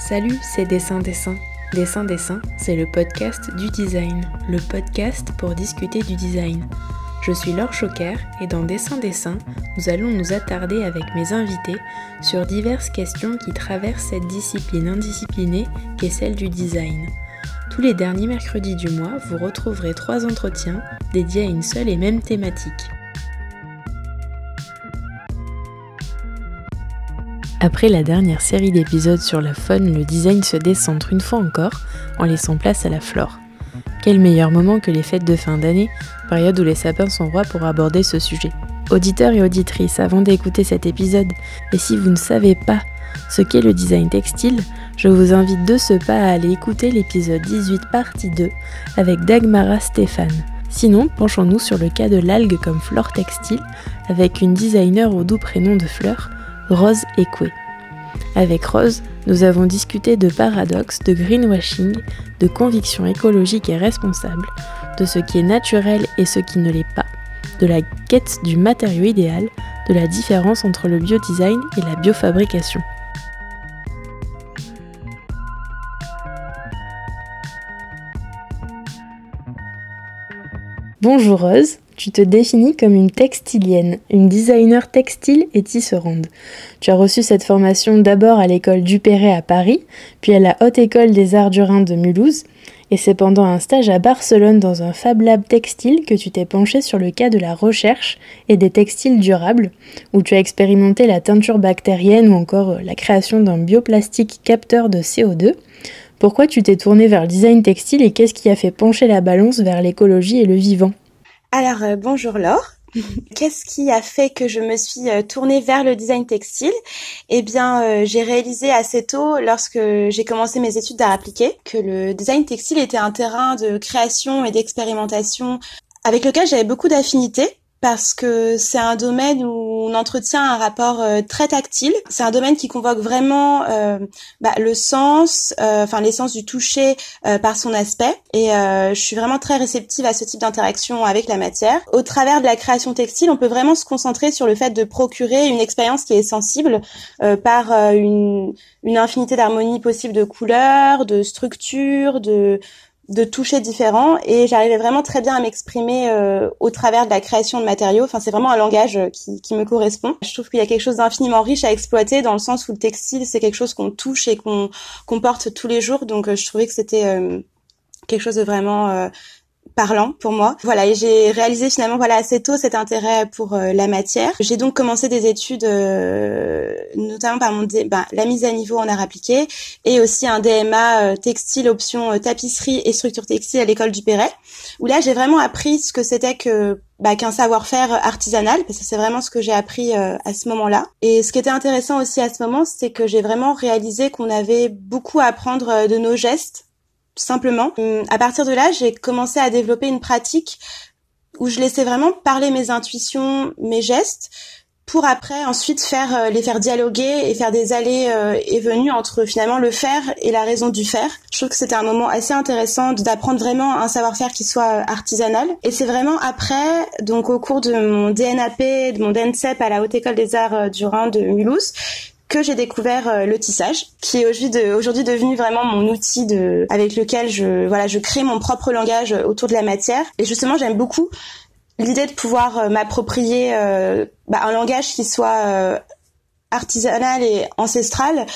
Salut, c'est Dessin Dessin. Dessin Dessin, c'est le podcast du design, le podcast pour discuter du design. Je suis Laure Choquer et dans Dessin Dessin, nous allons nous attarder avec mes invités sur diverses questions qui traversent cette discipline indisciplinée qu'est celle du design. Tous les derniers mercredis du mois, vous retrouverez 3 entretiens dédiés à une seule et même thématique. Après la dernière série d'épisodes sur la faune, le design se décentre une fois encore en laissant place à la flore. Quel meilleur moment que les fêtes de fin d'année, période où les sapins sont rois pour aborder ce sujet. Auditeurs et auditrices, avant d'écouter cet épisode, et si vous ne savez pas ce qu'est le design textile, je vous invite de ce pas à aller écouter l'épisode 18 partie 2 avec Dagmara Stéphane. Sinon, penchons-nous sur le cas de l'algue comme flore textile avec une designer au doux prénom de fleur, Rose Ekwe. Avec Rose, nous avons discuté de paradoxes, de greenwashing, de convictions écologiques et responsables, de ce qui est naturel et ce qui ne l'est pas, de la quête du matériau idéal, de la différence entre le biodesign et la biofabrication. Bonjour Rose, tu te définis comme une textilienne, une designer textile et tisserande. Tu as reçu cette formation d'abord à l'école Duperré à Paris, puis à la Haute École des Arts du Rhin de Mulhouse, et c'est pendant un stage à Barcelone dans un Fab Lab textile que tu t'es penchée sur le cas de la recherche et des textiles durables, où tu as expérimenté la teinture bactérienne ou encore la création d'un bioplastique capteur de CO2. Pourquoi tu t'es tournée vers le design textile et qu'est-ce qui a fait pencher la balance vers l'écologie et le vivant ? Alors, bonjour Laure. Qu'est-ce qui a fait que je me suis tournée vers le design textile ? Eh bien, j'ai réalisé assez tôt, lorsque j'ai commencé mes études d'art appliqué, que le design textile était un terrain de création et d'expérimentation avec lequel j'avais beaucoup d'affinités. Parce que c'est un domaine où on entretient un rapport très tactile. C'est un domaine qui convoque vraiment le sens, l'essence du toucher par son aspect. Et je suis vraiment très réceptive à ce type d'interaction avec la matière. Au travers de la création textile, on peut vraiment se concentrer sur le fait de procurer une expérience qui est sensible par une infinité d'harmonies possibles de couleurs, de structures, de toucher différents, et j'arrivais vraiment très bien à m'exprimer au travers de la création de matériaux. Enfin, c'est vraiment un langage qui me correspond. Je trouve qu'il y a quelque chose d'infiniment riche à exploiter dans le sens où le textile, c'est quelque chose qu'on touche et qu'on porte tous les jours. Donc, je trouvais que c'était quelque chose de vraiment parlant pour moi. Voilà, et j'ai réalisé finalement assez tôt cet intérêt pour la matière. J'ai donc commencé des études notamment par la mise à niveau en art appliqué et aussi un DMA textile option tapisserie et structure textile à l'école Duperré, où là j'ai vraiment appris ce que c'était qu'un savoir-faire artisanal, parce que c'est vraiment ce que j'ai appris à ce moment-là. Et ce qui était intéressant aussi à ce moment, c'est que j'ai vraiment réalisé qu'on avait beaucoup à apprendre de nos gestes, tout simplement. À partir de là, j'ai commencé à développer une pratique où je laissais vraiment parler mes intuitions, mes gestes, pour après ensuite les faire dialoguer et faire des allées et venues entre finalement le faire et la raison du faire. Je trouve que c'était un moment assez intéressant d'apprendre vraiment un savoir-faire qui soit artisanal. Et c'est vraiment après, donc au cours de mon DNAP, de mon DNCEP à la Haute École des Arts du Rhin de Mulhouse, que j'ai découvert le tissage, qui est aujourd'hui devenu vraiment mon outil avec lequel je crée mon propre langage autour de la matière. Et justement, j'aime beaucoup l'idée de pouvoir m'approprier un langage qui soit artisanal et ancestral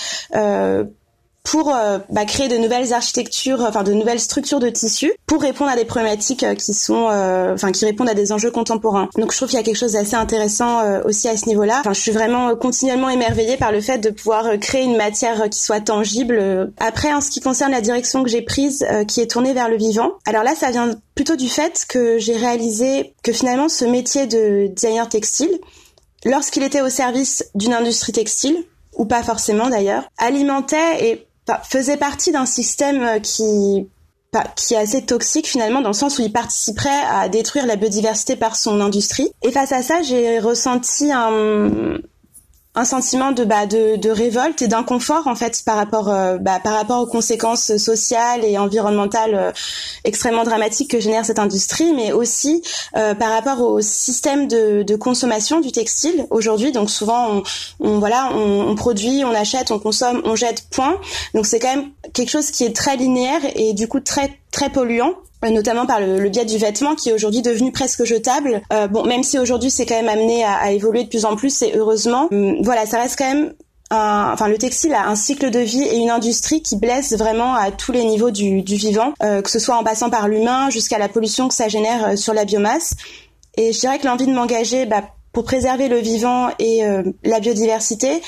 pour créer de nouvelles architectures, de nouvelles structures de tissus pour répondre à des problématiques qui répondent à des enjeux contemporains. Donc je trouve qu'il y a quelque chose d'assez intéressant aussi à ce niveau-là. Je suis vraiment continuellement émerveillée par le fait de pouvoir créer une matière qui soit tangible. Après, en ce qui concerne la direction que j'ai prise, qui est tournée vers le vivant, alors là, ça vient plutôt du fait que j'ai réalisé que finalement, ce métier de designer textile, lorsqu'il était au service d'une industrie textile, ou pas forcément d'ailleurs, alimentait et faisait partie d'un système qui est assez toxique finalement, dans le sens où il participerait à détruire la biodiversité par son industrie. Et face à ça, j'ai ressenti un un sentiment de révolte et d'inconfort en fait par rapport aux conséquences sociales et environnementales extrêmement dramatiques que génère cette industrie, mais aussi par rapport au système de consommation du textile aujourd'hui. Donc souvent on produit, on achète, on consomme, on jette, point. Donc c'est quand même quelque chose qui est très linéaire et du coup très très polluant, notamment par le biais du vêtement qui est aujourd'hui devenu presque jetable. Même si aujourd'hui c'est quand même amené à évoluer de plus en plus et heureusement, voilà, ça reste quand même le textile a un cycle de vie et une industrie qui blesse vraiment à tous les niveaux du vivant, que ce soit en passant par l'humain jusqu'à la pollution que ça génère sur la biomasse. Et je dirais que l'envie de m'engager pour préserver le vivant et la biodiversité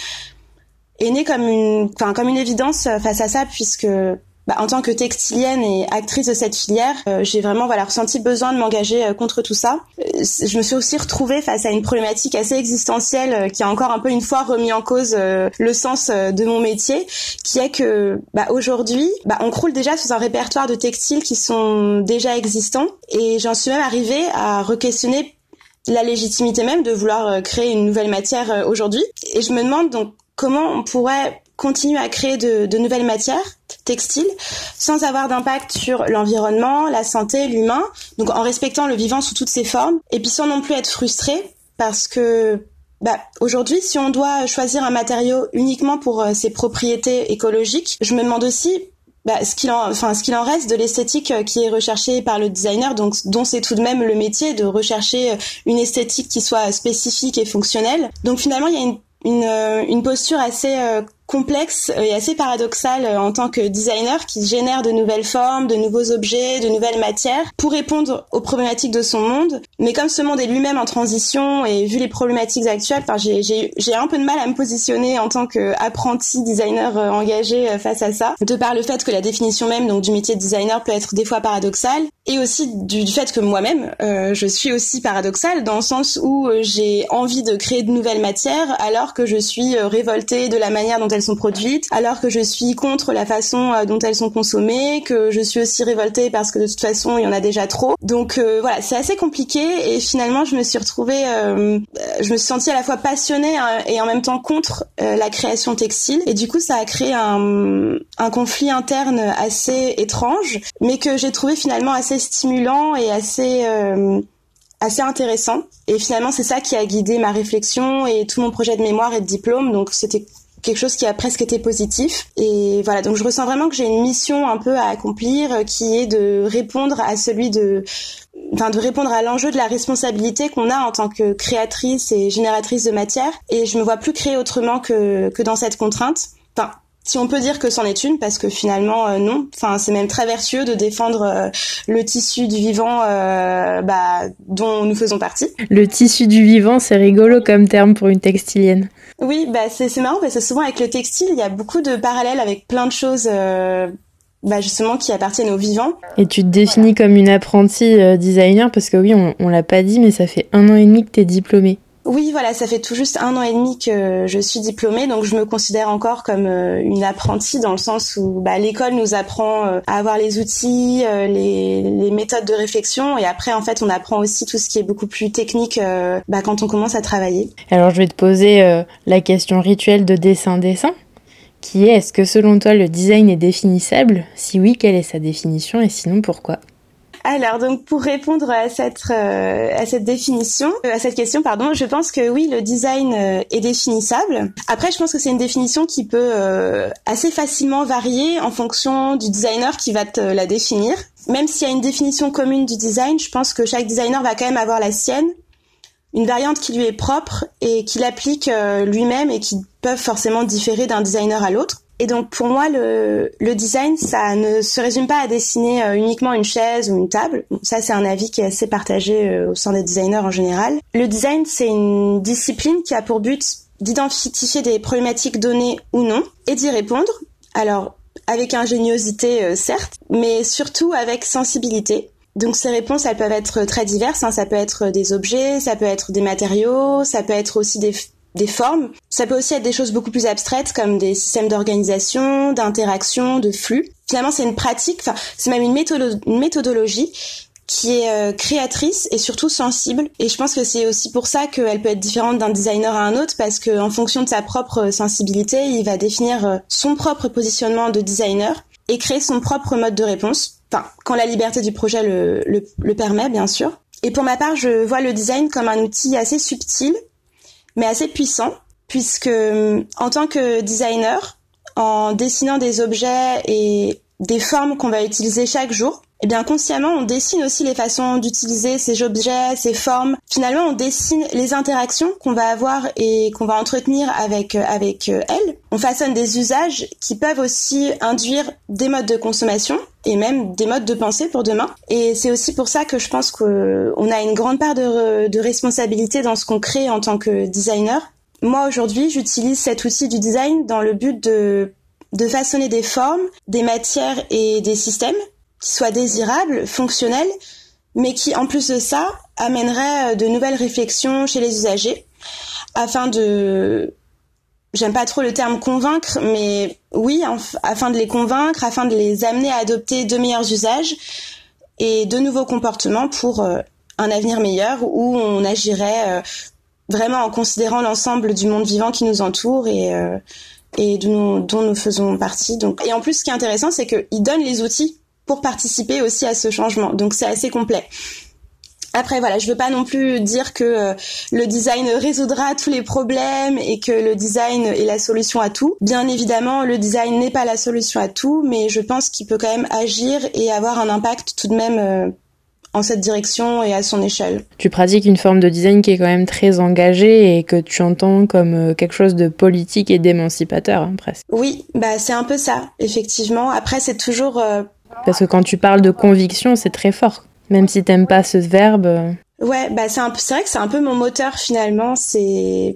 est née comme une évidence face à ça, puisque en tant que textilienne et actrice de cette filière, j'ai vraiment ressenti le besoin de m'engager contre tout ça. Je me suis aussi retrouvée face à une problématique assez existentielle qui a encore un peu une fois remis en cause le sens de mon métier, qui est que aujourd'hui, on croule déjà sous un répertoire de textiles qui sont déjà existants, et j'en suis même arrivée à re-questionner la légitimité même de vouloir créer une nouvelle matière aujourd'hui. Et je me demande donc comment on pourrait continuer à créer de nouvelles matières textiles sans avoir d'impact sur l'environnement, la santé, l'humain, donc en respectant le vivant sous toutes ses formes, et puis sans non plus être frustré, parce que aujourd'hui, si on doit choisir un matériau uniquement pour ses propriétés écologiques, je me demande aussi ce qu'il en reste de l'esthétique qui est recherchée par le designer, donc dont c'est tout de même le métier de rechercher une esthétique qui soit spécifique et fonctionnelle. Donc finalement, il y a une posture assez complexe et assez paradoxale en tant que designer qui génère de nouvelles formes, de nouveaux objets, de nouvelles matières pour répondre aux problématiques de son monde. Mais comme ce monde est lui-même en transition et vu les problématiques actuelles, j'ai un peu de mal à me positionner en tant qu'apprenti designer engagé face à ça, de par le fait que la définition même donc du métier de designer peut être des fois paradoxale, et aussi du fait que moi-même je suis aussi paradoxale dans le sens où j'ai envie de créer de nouvelles matières alors que je suis révoltée de la manière dont elles sont produites, alors que je suis contre la façon dont elles sont consommées, que je suis aussi révoltée parce que de toute façon il y en a déjà trop. Donc voilà, c'est assez compliqué, et finalement je me suis sentie à la fois passionnée et en même temps contre la création textile, et du coup ça a créé un conflit interne assez étrange, mais que j'ai trouvé finalement assez stimulant et assez intéressant. Et finalement c'est ça qui a guidé ma réflexion et tout mon projet de mémoire et de diplôme, donc c'était quelque chose qui a presque été positif. Et voilà, donc je ressens vraiment que j'ai une mission un peu à accomplir qui est de répondre à de répondre à l'enjeu de la responsabilité qu'on a en tant que créatrice et génératrice de matière. Et je me vois plus créer autrement que dans cette contrainte. Enfin, si on peut dire que c'en est une, parce que finalement non. Enfin, c'est même très vertueux de défendre le tissu du vivant dont nous faisons partie. Le tissu du vivant, c'est rigolo comme terme pour une textilienne. Oui, c'est marrant parce que souvent avec le textile, il y a beaucoup de parallèles avec plein de choses justement qui appartiennent au vivant. Et tu te définis comme une apprentie designer parce que oui, on l'a pas dit, mais ça fait 1 an et demi que t'es diplômée. Oui, voilà, ça fait tout juste 1 an et demi que je suis diplômée, donc je me considère encore comme une apprentie dans le sens où l'école nous apprend à avoir les outils, les méthodes de réflexion, et après en fait on apprend aussi tout ce qui est beaucoup plus technique quand on commence à travailler. Alors je vais te poser la question rituelle de dessin, qui est: est-ce que selon toi le design est définissable ? Si oui, quelle est sa définition, et sinon pourquoi ? Alors donc pour répondre à cette question, je pense que oui, le design est définissable. Après, je pense que c'est une définition qui peut assez facilement varier en fonction du designer qui va te la définir. Même s'il y a une définition commune du design, je pense que chaque designer va quand même avoir la sienne, une variante qui lui est propre et qu'il applique lui-même et qui peuvent forcément différer d'un designer à l'autre. Et donc pour moi, le design, ça ne se résume pas à dessiner uniquement une chaise ou une table. Bon, ça, c'est un avis qui est assez partagé au sein des designers en général. Le design, c'est une discipline qui a pour but d'identifier des problématiques données ou non et d'y répondre. Alors, avec ingéniosité, certes, mais surtout avec sensibilité. Donc ces réponses, elles peuvent être très diverses. Ça peut être des objets, ça peut être des matériaux, ça peut être aussi des formes. Ça peut aussi être des choses beaucoup plus abstraites comme des systèmes d'organisation, d'interaction, de flux. Finalement, c'est une pratique, c'est même une méthodologie qui est créatrice et surtout sensible. Et je pense que c'est aussi pour ça qu'elle peut être différente d'un designer à un autre, parce qu'en fonction de sa propre sensibilité, il va définir son propre positionnement de designer et créer son propre mode de réponse. Enfin, quand la liberté du projet le permet, bien sûr. Et pour ma part, je vois le design comme un outil assez subtil, mais assez puissant, puisque en tant que designer, en dessinant des objets et des formes qu'on va utiliser chaque jour, eh bien consciemment on dessine aussi les façons d'utiliser ces objets, ces formes. Finalement on dessine les interactions qu'on va avoir et qu'on va entretenir avec elles. On façonne des usages qui peuvent aussi induire des modes de consommation et même des modes de pensée pour demain. Et c'est aussi pour ça que je pense qu'on a une grande part de responsabilité dans ce qu'on crée en tant que designer. Moi aujourd'hui j'utilise cet outil du design dans le but de façonner des formes, des matières et des systèmes qui soient désirables, fonctionnels, mais qui, en plus de ça, amèneraient de nouvelles réflexions chez les usagers, afin de... J'aime pas trop le terme convaincre, mais oui, afin de les convaincre, afin de les amener à adopter de meilleurs usages et de nouveaux comportements pour un avenir meilleur où on agirait vraiment en considérant l'ensemble du monde vivant qui nous entoure et dont nous faisons partie. Donc, et en plus, ce qui est intéressant, c'est qu'il donne les outils pour participer aussi à ce changement. Donc c'est assez complet. Après voilà, je veux pas non plus dire que le design résoudra tous les problèmes et que le design est la solution à tout. Bien évidemment, le design n'est pas la solution à tout, mais je pense qu'il peut quand même agir et avoir un impact tout de même en cette direction et à son échelle. Tu pratiques une forme de design qui est quand même très engagée et que tu entends comme quelque chose de politique et d'émancipateur, hein, presque. Oui, bah c'est un peu ça, effectivement. Après, c'est toujours... Parce que quand tu parles de conviction, c'est très fort. Même si t'aimes pas ce verbe. Ouais, bah c'est vrai que c'est un peu mon moteur finalement. C'est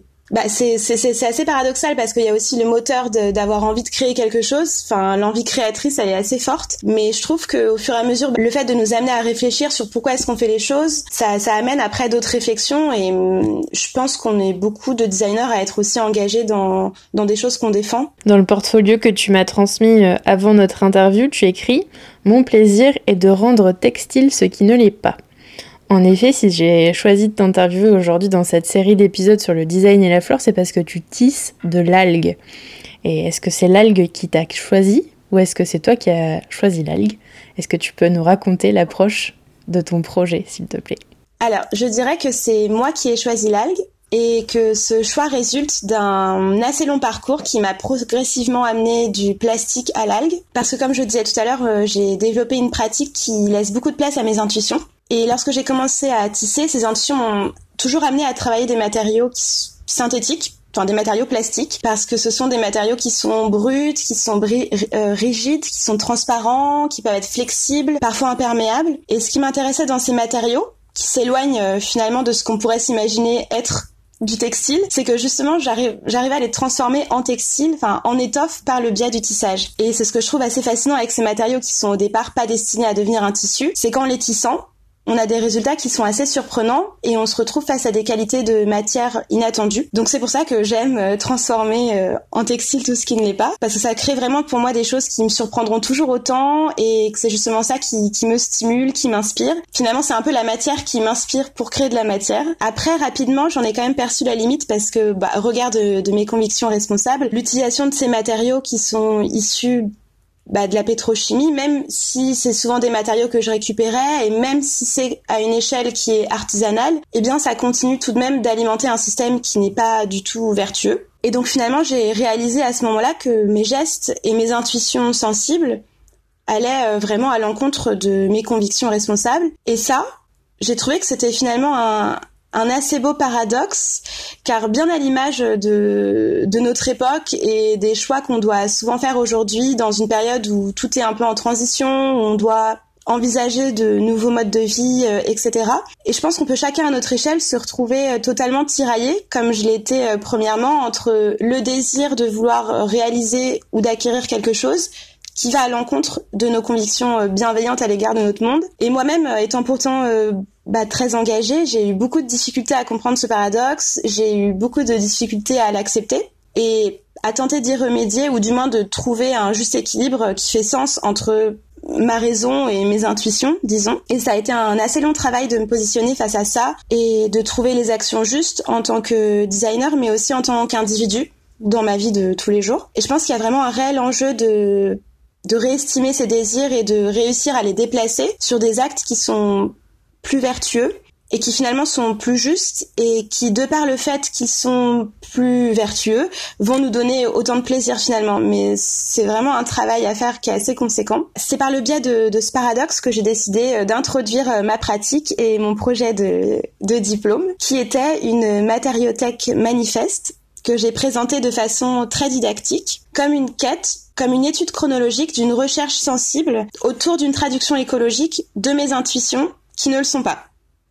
assez paradoxal parce qu'il y a aussi le moteur d'avoir envie de créer quelque chose. Enfin, l'envie créatrice, elle est assez forte. Mais je trouve que au fur et à mesure, le fait de nous amener à réfléchir sur pourquoi est-ce qu'on fait les choses, ça amène après d'autres réflexions. Et je pense qu'on est beaucoup de designers à être aussi engagés dans des choses qu'on défend. Dans le portfolio que tu m'as transmis avant notre interview, tu écris « Mon plaisir est de rendre textile ce qui ne l'est pas ». En effet, si j'ai choisi de t'interviewer aujourd'hui dans cette série d'épisodes sur le design et la flore, c'est parce que tu tisses de l'algue. Et est-ce que c'est l'algue qui t'a choisi ou est-ce que c'est toi qui as choisi l'algue ? Est-ce que tu peux nous raconter l'approche de ton projet, s'il te plaît ? Alors, je dirais que c'est moi qui ai choisi l'algue et que ce choix résulte d'un assez long parcours qui m'a progressivement amené du plastique à l'algue. Parce que comme je disais tout à l'heure, j'ai développé une pratique qui laisse beaucoup de place à mes intuitions. Et lorsque j'ai commencé à tisser, ces intuitions m'ont toujours amené à travailler des matériaux synthétiques, enfin des matériaux plastiques, parce que ce sont des matériaux qui sont bruts, qui sont rigides, qui sont transparents, qui peuvent être flexibles, parfois imperméables. Et ce qui m'intéressait dans ces matériaux, qui s'éloignent finalement de ce qu'on pourrait s'imaginer être du textile, c'est que justement j'arrivais à les transformer en textile, enfin en étoffe par le biais du tissage. Et c'est ce que je trouve assez fascinant avec ces matériaux qui sont au départ pas destinés à devenir un tissu, c'est qu'en les tissant, on a des résultats qui sont assez surprenants et on se retrouve face à des qualités de matière inattendues. Donc c'est pour ça que j'aime transformer en textile tout ce qui ne l'est pas, parce que ça crée vraiment pour moi des choses qui me surprendront toujours autant et que c'est justement ça qui me stimule, qui m'inspire. Finalement, c'est un peu la matière qui m'inspire pour créer de la matière. Après, rapidement, j'en ai quand même perçu la limite parce que, regard de mes convictions responsables, l'utilisation de ces matériaux qui sont issus de la pétrochimie, même si c'est souvent des matériaux que je récupérais et même si c'est à une échelle qui est artisanale, eh bien ça continue tout de même d'alimenter un système qui n'est pas du tout vertueux. Et donc finalement, j'ai réalisé à ce moment-là que mes gestes et mes intuitions sensibles allaient vraiment à l'encontre de mes convictions responsables. Et ça, j'ai trouvé que c'était finalement un assez beau paradoxe, car bien à l'image de notre époque et des choix qu'on doit souvent faire aujourd'hui dans une période où tout est un peu en transition, où on doit envisager de nouveaux modes de vie, etc. Et je pense qu'on peut chacun à notre échelle se retrouver totalement tiraillé, comme je l'étais premièrement, entre le désir de vouloir réaliser ou d'acquérir quelque chose qui va à l'encontre de nos convictions bienveillantes à l'égard de notre monde. Et moi-même, étant pourtant très engagée, j'ai eu beaucoup de difficultés à comprendre ce paradoxe, j'ai eu beaucoup de difficultés à l'accepter et à tenter d'y remédier, ou du moins de trouver un juste équilibre qui fait sens entre ma raison et mes intuitions, disons. Et ça a été un assez long travail de me positionner face à ça et de trouver les actions justes en tant que designer, mais aussi en tant qu'individu dans ma vie de tous les jours. Et je pense qu'il y a vraiment un réel enjeu de réestimer ses désirs et de réussir à les déplacer sur des actes qui sont plus vertueux et qui finalement sont plus justes et qui, de par le fait qu'ils sont plus vertueux, vont nous donner autant de plaisir finalement. Mais c'est vraiment un travail à faire qui est assez conséquent. C'est par le biais de ce paradoxe que j'ai décidé d'introduire ma pratique et mon projet de diplôme, qui était une matériothèque manifeste que j'ai présenté de façon très didactique, comme une quête, comme une étude chronologique d'une recherche sensible autour d'une traduction écologique de mes intuitions qui ne le sont pas.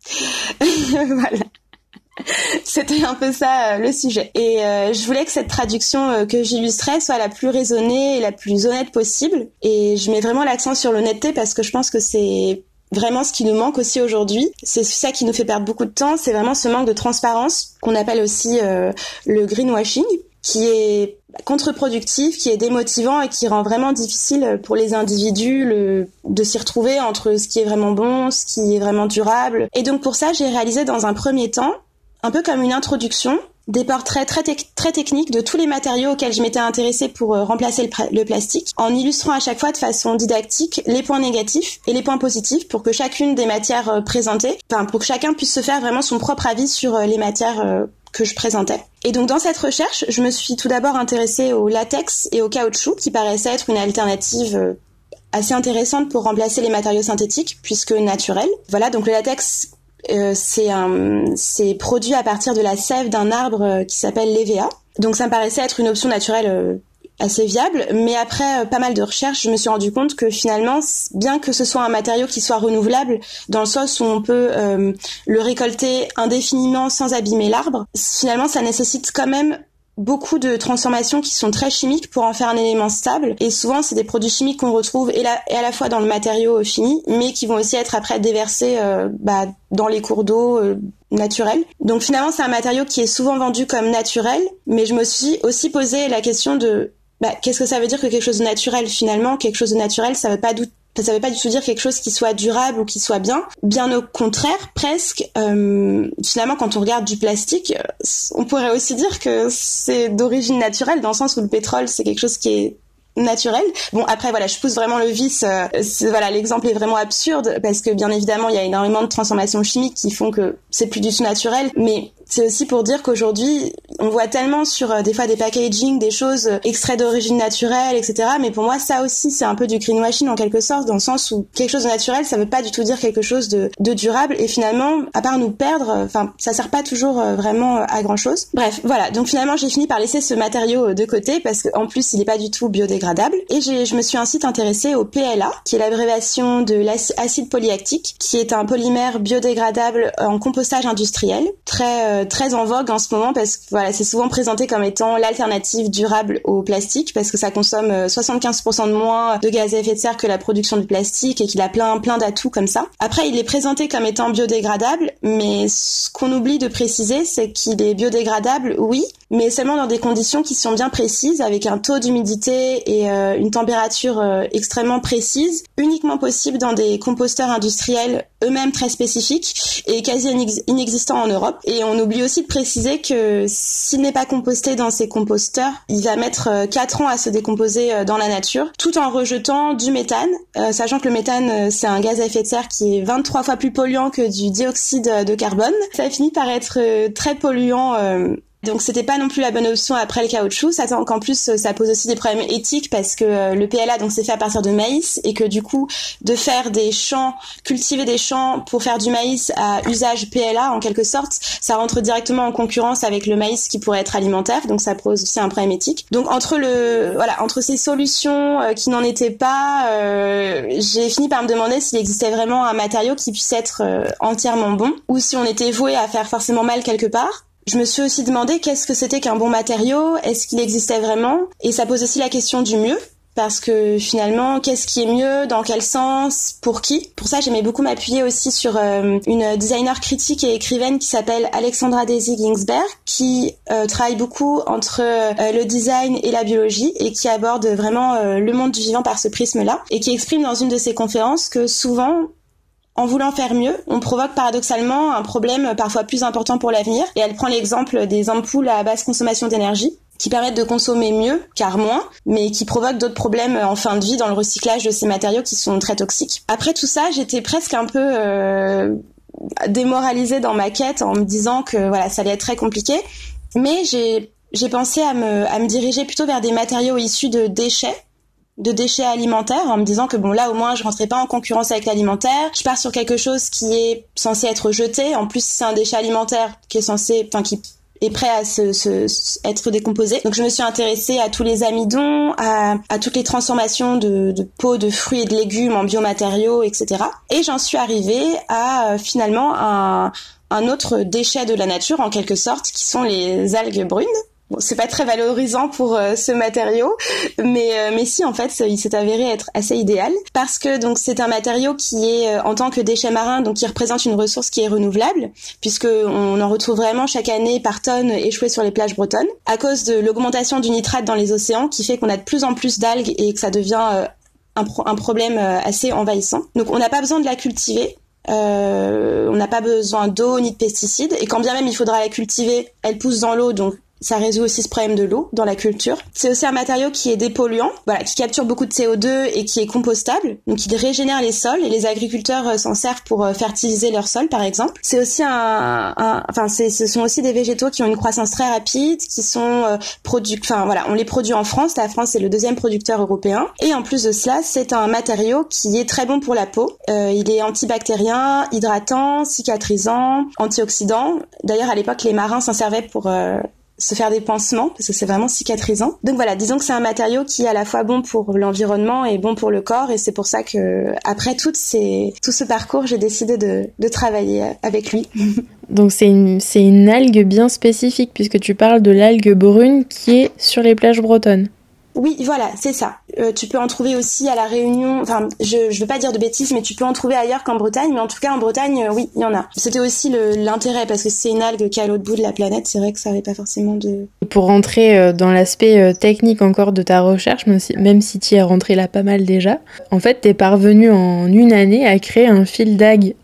Voilà. C'était un peu ça le sujet. Et je voulais que cette traduction que j'illustrais soit la plus raisonnée et la plus honnête possible. Et je mets vraiment l'accent sur l'honnêteté parce que je pense que c'est vraiment ce qui nous manque aussi aujourd'hui. C'est ça qui nous fait perdre beaucoup de temps. C'est vraiment ce manque de transparence qu'on appelle aussi le greenwashing, qui est contre-productif, qui est démotivant et qui rend vraiment difficile pour les individus de s'y retrouver entre ce qui est vraiment bon, ce qui est vraiment durable. Et donc pour ça, j'ai réalisé dans un premier temps, un peu comme une introduction, des portraits très techniques de tous les matériaux auxquels je m'étais intéressée pour remplacer le plastique, en illustrant à chaque fois de façon didactique les points négatifs et les points positifs pour que chacune des matières présentées, pour que chacun puisse se faire vraiment son propre avis sur les matières que je présentais. Et donc dans cette recherche, je me suis tout d'abord intéressée au latex et au caoutchouc qui paraissaient être une alternative assez intéressante pour remplacer les matériaux synthétiques puisque naturels. Voilà, donc le latex c'est produit à partir de la sève d'un arbre qui s'appelle l'hévéa. Donc ça me paraissait être une option naturelle assez viable, mais après pas mal de recherches, je me suis rendu compte que finalement, bien que ce soit un matériau qui soit renouvelable, dans le sens où on peut le récolter indéfiniment sans abîmer l'arbre, finalement ça nécessite quand même beaucoup de transformations qui sont très chimiques pour en faire un élément stable, et souvent c'est des produits chimiques qu'on retrouve et à la fois dans le matériau fini, mais qui vont aussi être après déversés dans les cours d'eau naturels. Donc finalement c'est un matériau qui est souvent vendu comme naturel, mais je me suis aussi posé la question de qu'est-ce que ça veut dire que quelque chose de naturel finalement? Quelque chose de naturel, ça veut pas du tout dire quelque chose qui soit durable ou qui soit bien. Bien au contraire, presque. Finalement, quand on regarde du plastique, on pourrait aussi dire que c'est d'origine naturelle, dans le sens où le pétrole, c'est quelque chose qui est naturel. Bon, après, voilà, je pousse vraiment le vice. L'exemple est vraiment absurde parce que, bien évidemment, il y a énormément de transformations chimiques qui font que c'est plus du tout naturel. Mais c'est aussi pour dire qu'aujourd'hui, on voit tellement sur des fois des packaging, des choses extraits d'origine naturelle, etc. Mais pour moi, ça aussi, c'est un peu du greenwashing en quelque sorte, dans le sens où quelque chose de naturel, ça veut pas du tout dire quelque chose de durable. Et finalement, à part nous perdre, ça sert pas toujours vraiment à grand chose. Bref, voilà. Donc finalement, j'ai fini par laisser ce matériau de côté parce qu'en plus, il est pas du tout biodégradable. Et je me suis ensuite intéressée au PLA, qui est l'abréviation de l'acide polyactique, qui est un polymère biodégradable en compostage industriel, très en vogue en ce moment parce que voilà, c'est souvent présenté comme étant l'alternative durable au plastique parce que ça consomme 75% de moins de gaz à effet de serre que la production du plastique et qu'il a plein d'atouts comme ça. Après, il est présenté comme étant biodégradable, mais ce qu'on oublie de préciser, c'est qu'il est biodégradable, oui, mais seulement dans des conditions qui sont bien précises, avec un taux d'humidité et une température extrêmement précise, uniquement possible dans des composteurs industriels eux-mêmes très spécifiques et quasi inexistants en Europe. Et on oublie aussi de préciser que s'il n'est pas composté dans ces composteurs, il va mettre 4 ans à se décomposer dans la nature, tout en rejetant du méthane, sachant que le méthane, c'est un gaz à effet de serre qui est 23 fois plus polluant que du dioxyde de carbone. Ça finit par être très polluant. Donc c'était pas non plus la bonne option après le caoutchouc, sachant qu'en plus ça pose aussi des problèmes éthiques parce que le PLA donc c'est fait à partir de maïs et que du coup de faire des champs, cultiver des champs pour faire du maïs à usage PLA en quelque sorte, ça rentre directement en concurrence avec le maïs qui pourrait être alimentaire, donc ça pose aussi un problème éthique. Donc entre ces solutions qui n'en étaient pas, j'ai fini par me demander s'il existait vraiment un matériau qui puisse être entièrement bon ou si on était voué à faire forcément mal quelque part. Je me suis aussi demandé qu'est-ce que c'était qu'un bon matériau, est-ce qu'il existait vraiment? Et ça pose aussi la question du mieux. parce que finalement, qu'est-ce qui est mieux, dans quel sens, pour qui? Pour ça, j'aimais beaucoup m'appuyer aussi sur une designer critique et écrivaine qui s'appelle Alexandra Daisy Ginsberg, qui travaille beaucoup entre le design et la biologie et qui aborde vraiment le monde du vivant par ce prisme-là, et qui exprime dans une de ses conférences que souvent, en voulant faire mieux, on provoque paradoxalement un problème parfois plus important pour l'avenir. Et elle prend l'exemple des ampoules à basse consommation d'énergie, qui permettent de consommer mieux, car moins, mais qui provoquent d'autres problèmes en fin de vie dans le recyclage de ces matériaux qui sont très toxiques. Après tout ça, j'étais presque un peu démoralisée dans ma quête en me disant que voilà, ça allait être très compliqué. Mais j'ai pensé à me diriger plutôt vers des matériaux issus de déchets alimentaires, en me disant que bon, là au moins je rentrais pas en concurrence avec l'alimentaire, je pars sur quelque chose qui est censé être jeté, en plus c'est un déchet alimentaire qui est prêt à être décomposé. Donc je me suis intéressée à tous les amidons, à toutes les transformations de peaux de fruits et de légumes en biomatériaux, etc. Et j'en suis arrivée à finalement un autre déchet de la nature en quelque sorte, qui sont les algues brunes. Bon, c'est pas très valorisant pour ce matériau, mais si, en fait, il s'est avéré être assez idéal, parce que donc c'est un matériau qui est en tant que déchet marin, donc qui représente une ressource qui est renouvelable, puisque on en retrouve vraiment chaque année par tonnes échouées sur les plages bretonnes, à cause de l'augmentation du nitrate dans les océans, qui fait qu'on a de plus en plus d'algues et que ça devient un problème assez envahissant. Donc on n'a pas besoin de la cultiver. On n'a pas besoin d'eau ni de pesticides, et quand bien même il faudra la cultiver, elle pousse dans l'eau, donc ça résout aussi ce problème de l'eau dans la culture. C'est aussi un matériau qui est dépolluant, voilà, qui capture beaucoup de CO2 et qui est compostable, donc il régénère les sols, et les agriculteurs s'en servent pour fertiliser leurs sols par exemple. C'est aussi ce sont aussi des végétaux qui ont une croissance très rapide, qui sont on les produit en France. La France est le deuxième producteur européen, et en plus de cela, c'est un matériau qui est très bon pour la peau. Il est antibactérien, hydratant, cicatrisant, antioxydant. D'ailleurs, à l'époque, les marins s'en servaient pour se faire des pansements, parce que c'est vraiment cicatrisant. Donc voilà, disons que c'est un matériau qui est à la fois bon pour l'environnement et bon pour le corps, et c'est pour ça que après tout ce parcours, j'ai décidé de travailler avec lui. Donc c'est une algue bien spécifique, puisque tu parles de l'algue brune qui est sur les plages bretonnes. Oui, voilà, c'est ça. Tu peux en trouver aussi à La Réunion. Enfin, je veux pas dire de bêtises, mais tu peux en trouver ailleurs qu'en Bretagne. Mais en tout cas, en Bretagne, oui, il y en a. C'était aussi l'intérêt, parce que c'est une algue qui est à l'autre bout de la planète. C'est vrai que ça avait pas forcément de... Pour rentrer dans l'aspect technique encore de ta recherche, même si tu y es rentré là pas mal déjà, en fait, t'es parvenu en une année à créer un fil d'algues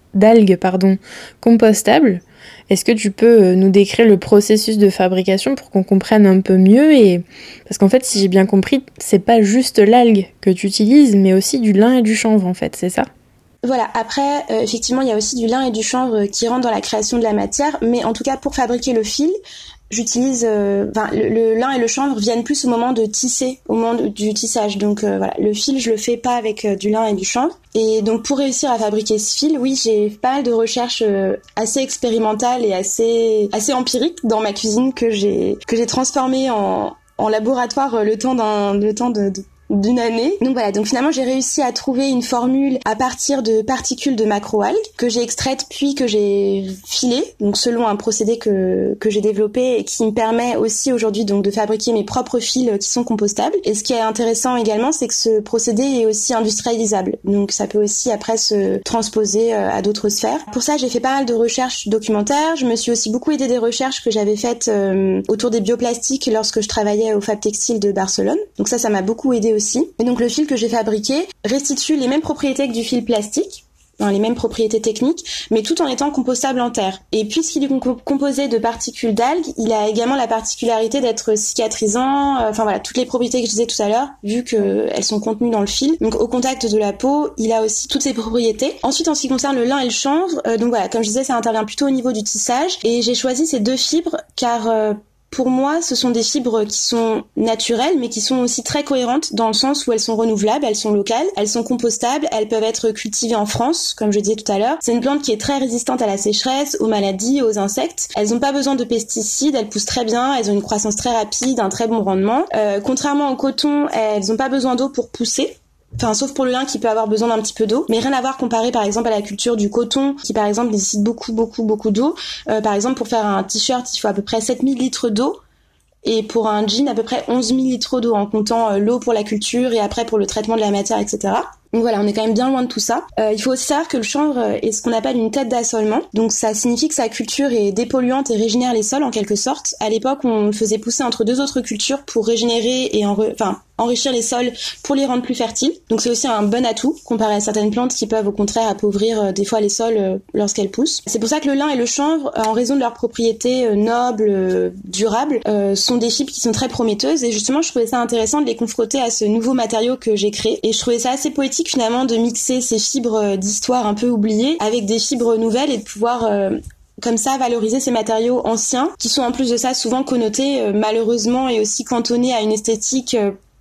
compostable. Est-ce que tu peux nous décrire le processus de fabrication pour qu'on comprenne un peu mieux parce qu'en fait, si j'ai bien compris, c'est pas juste l'algue que tu utilises, mais aussi du lin et du chanvre, en fait, c'est ça ? Voilà, après, effectivement, il y a aussi du lin et du chanvre qui rentrent dans la création de la matière, mais en tout cas, pour fabriquer le fil, j'utilise... le lin et le chanvre viennent plus au moment de tisser, au moment du tissage. Donc voilà, le fil, je le fais pas avec du lin et du chanvre. Et donc pour réussir à fabriquer ce fil, oui, j'ai pas mal de recherches assez expérimentales et assez empiriques dans ma cuisine que j'ai transformé en laboratoire le temps d'une année. Donc voilà, donc finalement j'ai réussi à trouver une formule à partir de particules de macroalgues que j'ai extraites puis que j'ai filées, donc selon un procédé que j'ai développé et qui me permet aussi aujourd'hui donc de fabriquer mes propres fils qui sont compostables. Et ce qui est intéressant également, c'est que ce procédé est aussi industrialisable. Donc ça peut aussi après se transposer à d'autres sphères. Pour ça, j'ai fait pas mal de recherches documentaires. Je me suis aussi beaucoup aidée des recherches que j'avais faites autour des bioplastiques lorsque je travaillais au Fab Textile de Barcelone. Donc ça m'a beaucoup aidée aussi. Et donc le fil que j'ai fabriqué restitue les mêmes propriétés que du fil plastique, les mêmes propriétés techniques, mais tout en étant compostable en terre. Et puisqu'il est composé de particules d'algues, il a également la particularité d'être cicatrisant, toutes les propriétés que je disais tout à l'heure, vu qu'elles sont contenues dans le fil. Donc au contact de la peau, il a aussi toutes ces propriétés. Ensuite, en ce qui concerne le lin et le chanvre, donc voilà, comme je disais, ça intervient plutôt au niveau du tissage, et j'ai choisi ces deux fibres car... pour moi, ce sont des fibres qui sont naturelles, mais qui sont aussi très cohérentes dans le sens où elles sont renouvelables, elles sont locales, elles sont compostables, elles peuvent être cultivées en France, comme je disais tout à l'heure. C'est une plante qui est très résistante à la sécheresse, aux maladies, aux insectes. Elles n'ont pas besoin de pesticides, elles poussent très bien, elles ont une croissance très rapide, un très bon rendement. Contrairement au coton, elles n'ont pas besoin d'eau pour pousser. Enfin, sauf pour le lin qui peut avoir besoin d'un petit peu d'eau, mais rien à voir comparé par exemple à la culture du coton qui par exemple nécessite beaucoup d'eau. Par exemple, pour faire un t-shirt, il faut à peu près 7000 litres d'eau. et pour un jean à peu près 11 000 litres d'eau en comptant l'eau pour la culture et après pour le traitement de la matière, etc. Donc voilà, on est quand même bien loin de tout ça. Il faut aussi savoir que le chanvre est ce qu'on appelle une tête d'assolement. Donc ça signifie que sa culture est dépolluante et régénère les sols en quelque sorte. À l'époque, on le faisait pousser entre deux autres cultures pour régénérer et enrichir les sols pour les rendre plus fertiles. Donc c'est aussi un bon atout comparé à certaines plantes qui peuvent au contraire appauvrir des fois les sols lorsqu'elles poussent. C'est pour ça que le lin et le chanvre, en raison de leurs propriétés nobles, durables, sont des fibres qui sont très prometteuses. Et justement, je trouvais ça intéressant de les confronter à ce nouveau matériau que j'ai créé. Et je trouvais ça assez poétique finalement de mixer ces fibres d'histoire un peu oubliées avec des fibres nouvelles et de pouvoir comme ça valoriser ces matériaux anciens qui sont en plus de ça souvent connotés malheureusement et aussi cantonnés à une esthétique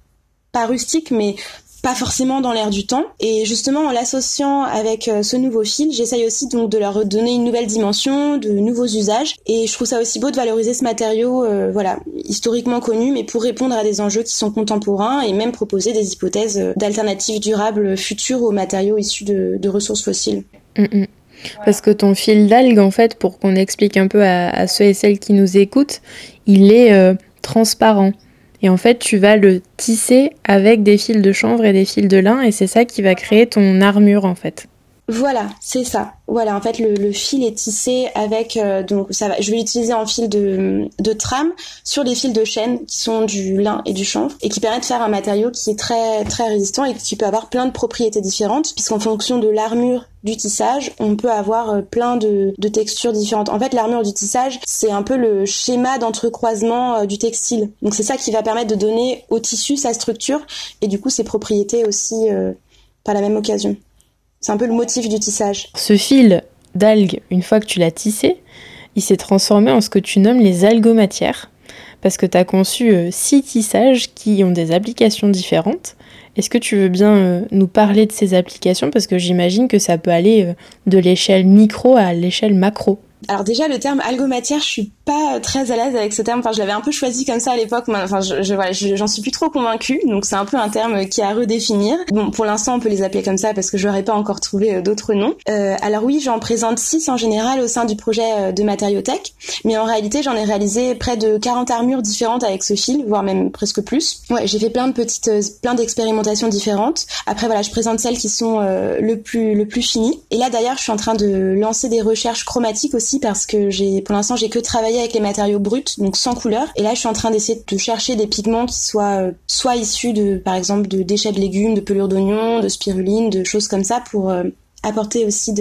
pas rustique mais pas forcément dans l'air du temps. Et justement, en l'associant avec ce nouveau fil, j'essaye aussi donc de leur donner une nouvelle dimension, de nouveaux usages. Et je trouve ça aussi beau de valoriser ce matériau, historiquement connu, mais pour répondre à des enjeux qui sont contemporains et même proposer des hypothèses d'alternatives durables futures aux matériaux issus de ressources fossiles. Mmh. Parce que ton fil d'algue, en fait, pour qu'on explique un peu à ceux et celles qui nous écoutent, il est transparent. Et en fait, tu vas le tisser avec des fils de chanvre et des fils de lin, et c'est ça qui va créer ton armure, en fait. Voilà, c'est ça. Voilà, en fait, le fil est tissé avec je vais l'utiliser en fil de trame sur des fils de chêne qui sont du lin et du chanvre et qui permettent de faire un matériau qui est très très résistant et qui peut avoir plein de propriétés différentes puisqu'en fonction de l'armure du tissage, on peut avoir plein de textures différentes. En fait, l'armure du tissage, c'est un peu le schéma d'entrecroisement du textile. Donc c'est ça qui va permettre de donner au tissu sa structure et du coup ses propriétés aussi par la même occasion. C'est un peu le motif du tissage. Ce fil d'algue, une fois que tu l'as tissé, il s'est transformé en ce que tu nommes les algomatières, parce que tu as conçu 6 tissages qui ont des applications différentes. Est-ce que tu veux bien nous parler de ces applications ? Parce que j'imagine que ça peut aller de l'échelle micro à l'échelle macro. Alors déjà, le terme algomatière, je suis pas très à l'aise avec ce terme. Enfin, je l'avais un peu choisi comme ça à l'époque. Mais, enfin, j'en suis plus trop convaincue. Donc, c'est un peu un terme qui est à redéfinir. Bon, pour l'instant, on peut les appeler comme ça parce que je n'aurais pas encore trouvé d'autres noms. Alors oui, j'en présente 6 en général au sein du projet de Matériothèque. Mais en réalité, j'en ai réalisé près de 40 armures différentes avec ce fil, voire même presque plus. Ouais, j'ai fait plein d'expérimentations différentes. Après, voilà, je présente celles qui sont le plus finies. Et là, d'ailleurs, je suis en train de lancer des recherches chromatiques aussi parce que pour l'instant j'ai que travaillé avec les matériaux bruts, donc sans couleur. Et là je suis en train d'essayer de chercher des pigments qui soient soit issus par exemple de déchets de légumes, de pelures d'oignons, de spiruline, de choses comme ça pour apporter aussi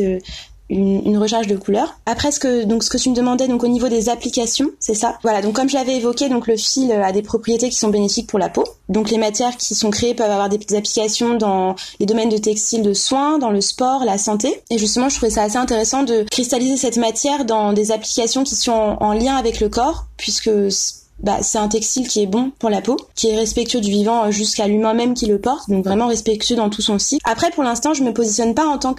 une recherche de couleurs. Après ce que tu me demandais donc au niveau des applications, c'est ça. Voilà, donc comme je l'avais évoqué, donc le fil a des propriétés qui sont bénéfiques pour la peau. Donc les matières qui sont créées peuvent avoir des applications dans les domaines de textile, de soins, dans le sport, la santé. Et justement, je trouvais ça assez intéressant de cristalliser cette matière dans des applications qui sont en lien avec le corps, puisque c'est un textile qui est bon pour la peau, qui est respectueux du vivant jusqu'à l'humain même qui le porte, donc vraiment respectueux dans tout son cycle. Après, pour l'instant, je me positionne en tant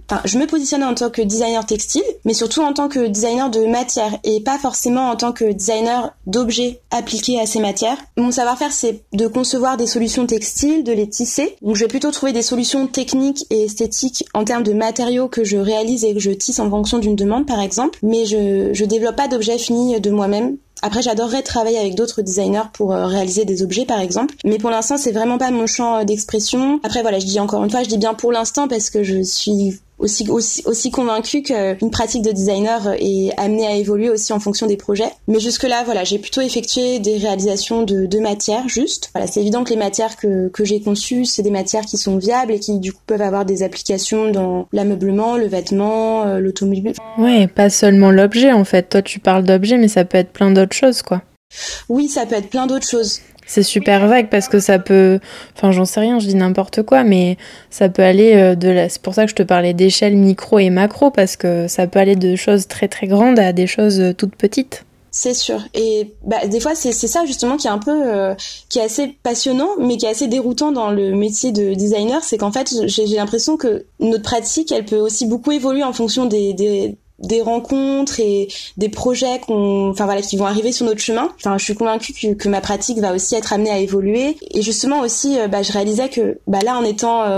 que designer textile, mais surtout en tant que designer de matière et pas forcément en tant que designer d'objets appliqués à ces matières. Mon savoir-faire, c'est de concevoir des solutions textiles, de les tisser. Donc, je vais plutôt trouver des solutions techniques et esthétiques en termes de matériaux que je réalise et que je tisse en fonction d'une demande, par exemple. Mais je développe pas d'objets finis de moi-même. Après, j'adorerais travailler avec d'autres designers pour réaliser des objets, par exemple. Mais pour l'instant, c'est vraiment pas mon champ d'expression. Après, voilà, je dis bien pour l'instant parce que je suis aussi convaincue qu'une pratique de designer est amenée à évoluer aussi en fonction des projets. Mais jusque-là, voilà, j'ai plutôt effectué des réalisations de matières, juste. Voilà, c'est évident que les matières que j'ai conçues, c'est des matières qui sont viables et qui, du coup, peuvent avoir des applications dans l'ameublement, le vêtement, l'automobile. Ouais, pas seulement l'objet, en fait. Toi, tu parles d'objet, mais ça peut être plein d'autres choses, quoi. Oui, ça peut être plein d'autres choses. C'est super vague parce que ça peut... Enfin, j'en sais rien, je dis n'importe quoi, mais ça peut aller C'est pour ça que je te parlais d'échelle micro et macro, parce que ça peut aller de choses très très grandes à des choses toutes petites. C'est sûr. Et des fois, c'est ça justement qui est un peu... qui est assez passionnant, mais qui est assez déroutant dans le métier de designer. C'est qu'en fait, j'ai l'impression que notre pratique, elle peut aussi beaucoup évoluer en fonction des rencontres et des projets qui vont arriver sur notre chemin. Enfin, je suis convaincue que ma pratique va aussi être amenée à évoluer. Et justement aussi, je réalisais que là, en étant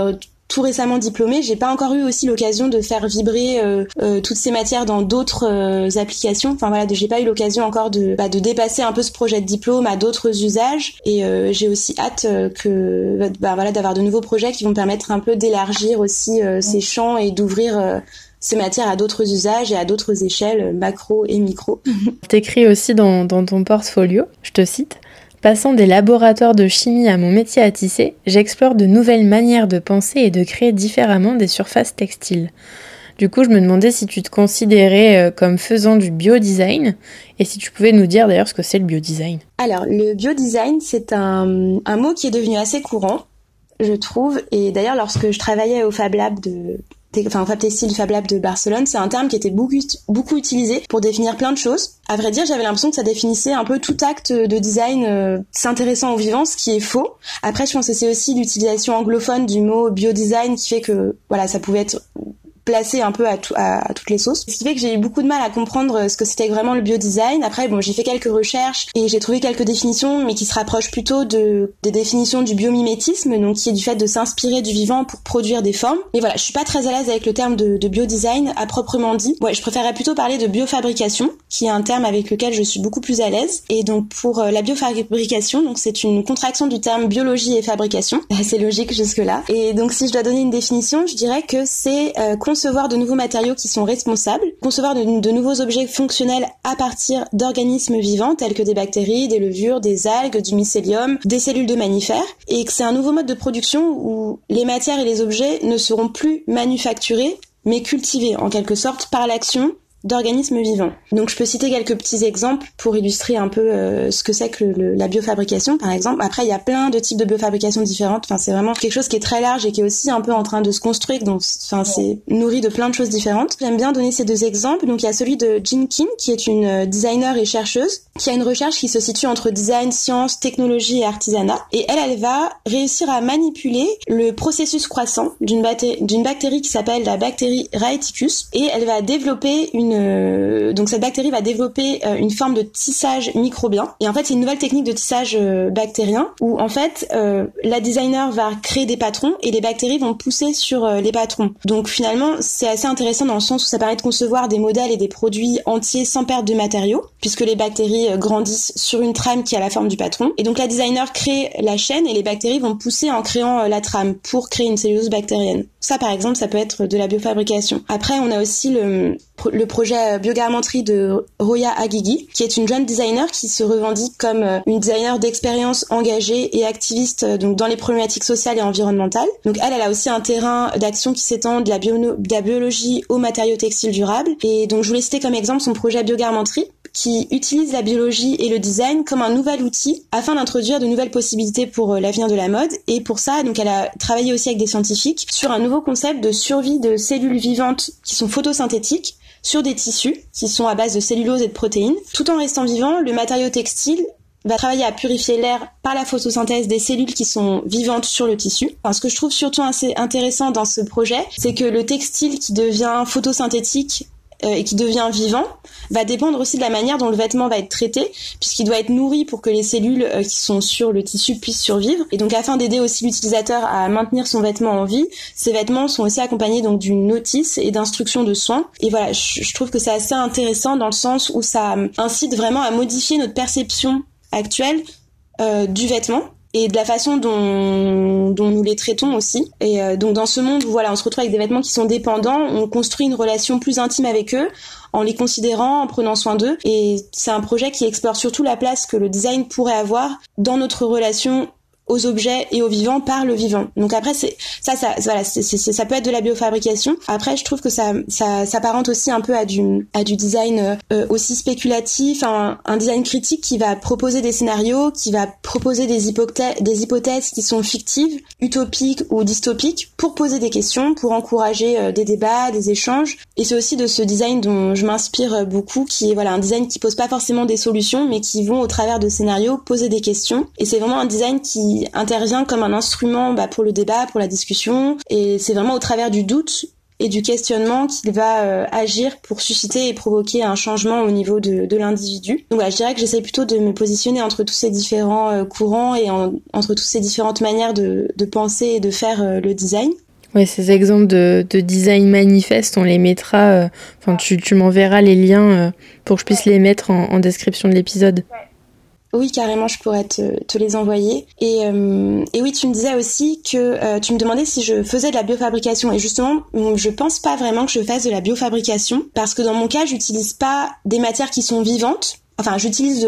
tout récemment diplômée, j'ai pas encore eu aussi l'occasion de faire vibrer toutes ces matières dans d'autres applications. Enfin voilà, j'ai pas eu l'occasion encore de dépasser un peu ce projet de diplôme à d'autres usages. Et j'ai aussi hâte d'avoir de nouveaux projets qui vont me permettre un peu d'élargir aussi ces champs et d'ouvrir ces matières à d'autres usages et à d'autres échelles, macro et micro. T'écris aussi dans ton portfolio, je te cite: passant des laboratoires de chimie à mon métier à tisser, j'explore de nouvelles manières de penser et de créer différemment des surfaces textiles. Du coup, je me demandais si tu te considérais comme faisant du biodesign et si tu pouvais nous dire d'ailleurs ce que c'est le biodesign. Alors, le biodesign, c'est un mot qui est devenu assez courant, je trouve. Et d'ailleurs, lorsque je travaillais au Fab Lab au Fab Textile Fab Lab de Barcelone, c'est un terme qui était beaucoup utilisé pour définir plein de choses. À vrai dire, j'avais l'impression que ça définissait un peu tout acte de design s'intéressant au vivant, ce qui est faux. Après, je pense que c'est aussi l'utilisation anglophone du mot biodesign qui fait que voilà, ça pouvait être placé un peu à toutes les sauces. Ce qui fait que j'ai eu beaucoup de mal à comprendre ce que c'était vraiment le biodesign. Après, j'ai fait quelques recherches et j'ai trouvé quelques définitions, mais qui se rapprochent plutôt des définitions du biomimétisme, donc qui est du fait de s'inspirer du vivant pour produire des formes. Mais voilà, je suis pas très à l'aise avec le terme de biodesign à proprement dit. Ouais, je préférerais plutôt parler de biofabrication, qui est un terme avec lequel je suis beaucoup plus à l'aise. Et donc pour la biofabrication, donc c'est une contraction du terme biologie et fabrication. C'est logique jusque-là. Et donc si je dois donner une définition, je dirais que c'est concevoir de nouveaux matériaux qui sont responsables, concevoir de nouveaux objets fonctionnels à partir d'organismes vivants tels que des bactéries, des levures, des algues, du mycélium, des cellules de mammifères, et que c'est un nouveau mode de production où les matières et les objets ne seront plus manufacturés, mais cultivés en quelque sorte par l'action d'organismes vivants. Donc je peux citer quelques petits exemples pour illustrer un peu ce que c'est que la biofabrication par exemple. Après il y a plein de types de biofabrication différentes, enfin c'est vraiment quelque chose qui est très large et qui est aussi un peu en train de se construire, donc enfin c'est nourri de plein de choses différentes. J'aime bien donner ces deux exemples. Donc il y a celui de Jean Kim qui est une designer et chercheuse qui a une recherche qui se situe entre design, science, technologie et artisanat, et elle va réussir à manipuler le processus croissant d'une bactérie qui s'appelle la bactérie Rhaeticus, et elle va développer donc cette bactérie va développer une forme de tissage microbien, et en fait c'est une nouvelle technique de tissage bactérien où en fait la designer va créer des patrons et les bactéries vont pousser sur les patrons. Donc finalement c'est assez intéressant dans le sens où ça permet de concevoir des modèles et des produits entiers sans perte de matériaux, puisque les bactéries grandissent sur une trame qui a la forme du patron, et donc la designer crée la chaîne et les bactéries vont pousser en créant la trame pour créer une cellulose bactérienne. Ça par exemple ça peut être de la biofabrication. Après on a aussi le projet Biogarmenterie de Roya Aguigui, qui est une jeune designer qui se revendique comme une designer d'expérience engagée et activiste donc dans les problématiques sociales et environnementales. Donc elle a aussi un terrain d'action qui s'étend de la biologie aux matériaux textiles durables. Et donc je voulais citer comme exemple son projet Biogarmenterie, qui utilise la biologie et le design comme un nouvel outil afin d'introduire de nouvelles possibilités pour l'avenir de la mode. Et pour ça, donc elle a travaillé aussi avec des scientifiques sur un nouveau concept de survie de cellules vivantes qui sont photosynthétiques sur des tissus qui sont à base de cellulose et de protéines. Tout en restant vivant, le matériau textile va travailler à purifier l'air par la photosynthèse des cellules qui sont vivantes sur le tissu. Enfin, ce que je trouve surtout assez intéressant dans ce projet, c'est que le textile qui devient photosynthétique et qui devient vivant va dépendre aussi de la manière dont le vêtement va être traité, puisqu'il doit être nourri pour que les cellules qui sont sur le tissu puissent survivre. Et donc afin d'aider aussi l'utilisateur à maintenir son vêtement en vie, ces vêtements sont aussi accompagnés donc d'une notice et d'instructions de soins. Et voilà, je trouve que c'est assez intéressant dans le sens où ça incite vraiment à modifier notre perception actuelle du vêtement et de la façon dont nous les traitons aussi. Et donc dans ce monde où voilà, on se retrouve avec des vêtements qui sont dépendants, on construit une relation plus intime avec eux, en les considérant, en prenant soin d'eux. Et c'est un projet qui explore surtout la place que le design pourrait avoir dans notre relation aux objets et aux vivants par le vivant. Donc après voilà, ça peut être de la biofabrication. Après je trouve que ça s'apparente aussi un peu à du design aussi spéculatif, un design critique qui va proposer des scénarios, qui va proposer des hypothèses qui sont fictives, utopiques ou dystopiques, pour poser des questions, pour encourager des débats, des échanges. Et c'est aussi de ce design dont je m'inspire beaucoup, qui est voilà un design qui pose pas forcément des solutions, mais qui vont au travers de scénarios poser des questions. Et c'est vraiment un design qui intervient comme un instrument pour le débat, pour la discussion, et c'est vraiment au travers du doute et du questionnement qu'il va agir pour susciter et provoquer un changement au niveau de l'individu. Donc voilà, je dirais que j'essaie plutôt de me positionner entre tous ces différents courants et entre toutes ces différentes manières de penser et de faire le design. Ouais, ces exemples de design manifeste, on les mettra, tu m'enverras les liens pour que je puisse les mettre en description de l'épisode. Oui, carrément, je pourrais te les envoyer. Et oui, tu me disais aussi que tu me demandais si je faisais de la biofabrication. Et justement, je pense pas vraiment que je fasse de la biofabrication parce que dans mon cas, j'utilise pas des matières qui sont vivantes. Enfin,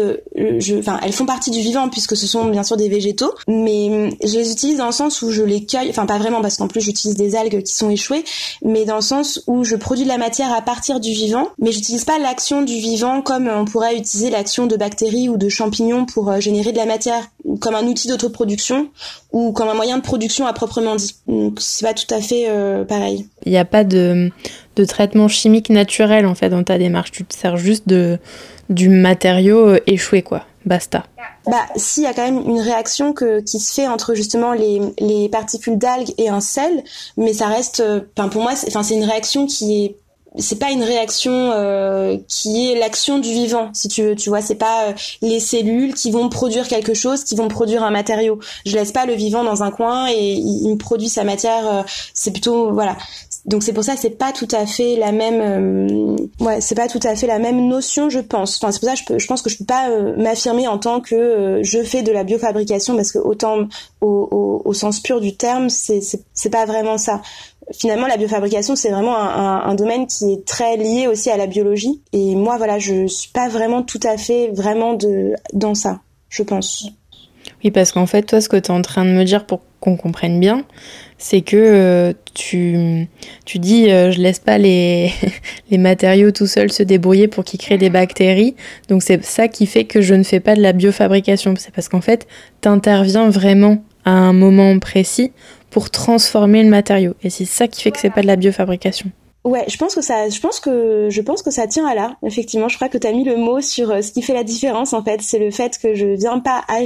elles font partie du vivant puisque ce sont bien sûr des végétaux, mais je les utilise dans le sens où je les cueille, enfin pas vraiment parce qu'en plus j'utilise des algues qui sont échouées, mais dans le sens où je produis de la matière à partir du vivant, mais j'utilise pas l'action du vivant comme on pourrait utiliser l'action de bactéries ou de champignons pour générer de la matière, comme un outil d'autoproduction ou comme un moyen de production à proprement dit. Donc c'est pas tout à fait pareil. Il n'y a pas de traitement chimique naturel en fait dans ta démarche, tu te sers juste du matériau échoué, quoi. Basta. Si, il y a quand même une réaction qui se fait entre justement les particules d'algues et un sel, mais ça reste, pour moi, c'est une réaction c'est pas une réaction qui est l'action du vivant, si tu veux, tu vois, c'est pas les cellules qui vont produire quelque chose, qui vont produire un matériau. Je laisse pas le vivant dans un coin et il me produit sa matière, c'est plutôt, voilà. Donc c'est pour ça que c'est pas tout à fait la même c'est pas tout à fait la même notion, je pense. Enfin c'est pour ça que je pense que je peux pas m'affirmer en tant que je fais de la biofabrication parce que autant au sens pur du terme, c'est pas vraiment ça. Finalement, la biofabrication, c'est vraiment un domaine qui est très lié aussi à la biologie. Et moi, voilà, je suis pas vraiment tout à fait dans ça, je pense. Oui, parce qu'en fait, toi, ce que tu es en train de me dire pour qu'on comprenne bien, c'est que tu dis je laisse pas les matériaux tout seuls se débrouiller pour qu'ils créent des bactéries. Donc c'est ça qui fait que je ne fais pas de la biofabrication. C'est parce qu'en fait, tu interviens vraiment à un moment précis pour transformer le matériau. Et c'est ça qui fait que c'est pas de la biofabrication. Ouais, je pense que ça tient à là. Effectivement, je crois que tu as mis le mot sur ce qui fait la différence en fait, c'est le fait que je viens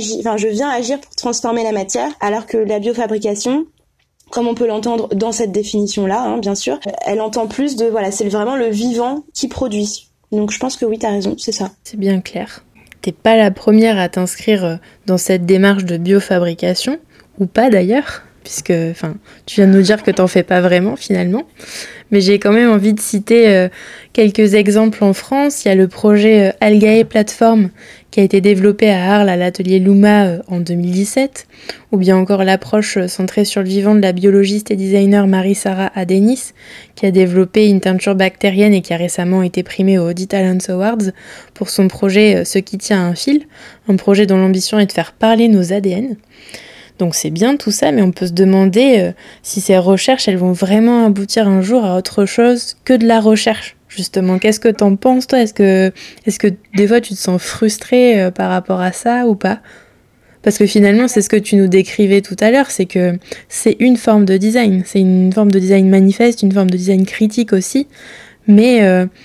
agir pour transformer la matière alors que la biofabrication, comme on peut l'entendre dans cette définition-là, bien sûr, elle entend plus c'est vraiment le vivant qui produit. Donc je pense que oui, t'as raison, c'est ça. C'est bien clair. T'es pas la première à t'inscrire dans cette démarche de biofabrication, ou pas d'ailleurs, puisque tu viens de nous dire que t'en fais pas vraiment finalement. Mais j'ai quand même envie de citer quelques exemples en France. Il y a le projet Algae Platform qui a été développé à Arles à l'atelier Luma en 2017, ou bien encore l'approche centrée sur le vivant de la biologiste et designer Marie-Sarah Adenis, qui a développé une teinture bactérienne et qui a récemment été primée aux Audit Talents Awards pour son projet Ce qui tient à un fil, un projet dont l'ambition est de faire parler nos ADN. Donc c'est bien tout ça, mais on peut se demander si ces recherches, elles vont vraiment aboutir un jour à autre chose que de la recherche. Justement, qu'est-ce que t'en penses, toi ? Est-ce que des fois tu te sens frustrée par rapport à ça ou pas ? Parce que finalement, c'est ce que tu nous décrivais tout à l'heure, c'est que c'est une forme de design. C'est une forme de design manifeste, une forme de design critique aussi, mais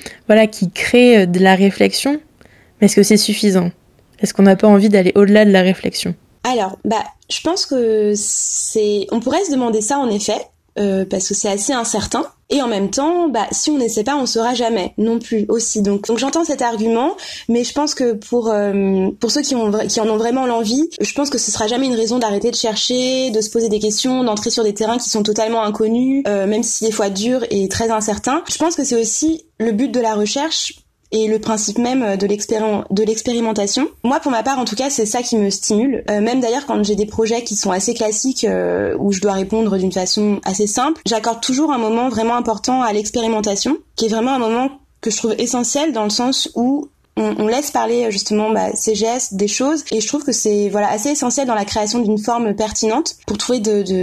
qui crée de la réflexion. Mais est-ce que c'est suffisant ? Est-ce qu'on n'a pas envie d'aller au-delà de la réflexion ? Alors, je pense que on pourrait se demander ça en effet, parce que c'est assez incertain. Et en même temps, si on n'essaie pas, on saura jamais non plus aussi. Donc j'entends cet argument, mais je pense que pour ceux qui en ont vraiment l'envie, je pense que ce sera jamais une raison d'arrêter de chercher, de se poser des questions, d'entrer sur des terrains qui sont totalement inconnus, même si des fois durs et très incertains. Je pense que c'est aussi le but de la recherche et le principe même de l'expérimentation. Moi, pour ma part, en tout cas, c'est ça qui me stimule. Même d'ailleurs, quand j'ai des projets qui sont assez classiques, où je dois répondre d'une façon assez simple, j'accorde toujours un moment vraiment important à l'expérimentation, qui est vraiment un moment que je trouve essentiel dans le sens où on laisse parler justement ces gestes, des choses, et je trouve que c'est assez essentiel dans la création d'une forme pertinente pour trouver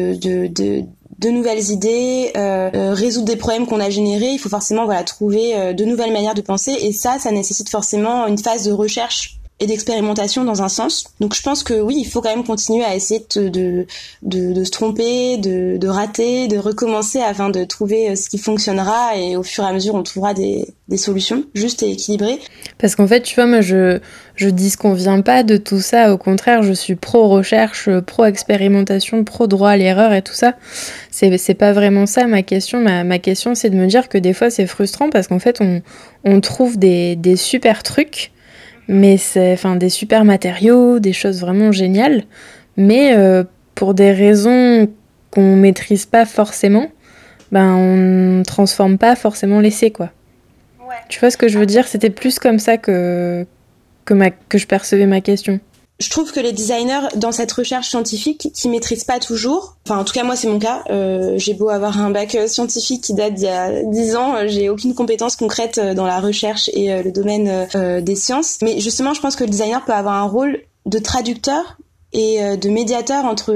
de nouvelles idées, résoudre des problèmes qu'on a générés. Il faut forcément trouver de nouvelles manières de penser, et ça nécessite forcément une phase de recherche et d'expérimentation dans un sens. Donc je pense que oui, il faut quand même continuer à essayer de se tromper, de rater, de recommencer afin de trouver ce qui fonctionnera, et au fur et à mesure on trouvera des solutions justes et équilibrées. Parce qu'en fait, tu vois, moi je disconviens pas de tout ça, au contraire, je suis pro-recherche, pro-expérimentation, pro-droit à l'erreur et tout ça. C'est pas vraiment ça ma question. Ma question, c'est de me dire que des fois c'est frustrant parce qu'en fait on trouve des super trucs, mais des super matériaux, des choses vraiment géniales, mais pour des raisons qu'on maîtrise pas forcément, on ne transforme pas forcément l'essai, quoi. Ouais. Tu vois ce que je veux dire ? C'était plus comme ça que je percevais ma question. Je trouve que les designers, dans cette recherche scientifique, qui maîtrisent pas toujours, enfin en tout cas moi c'est mon cas, j'ai beau avoir un bac scientifique qui date d'il y a 10 ans, j'ai aucune compétence concrète dans la recherche et le domaine des sciences. Mais justement, je pense que le designer peut avoir un rôle de traducteur et de médiateur entre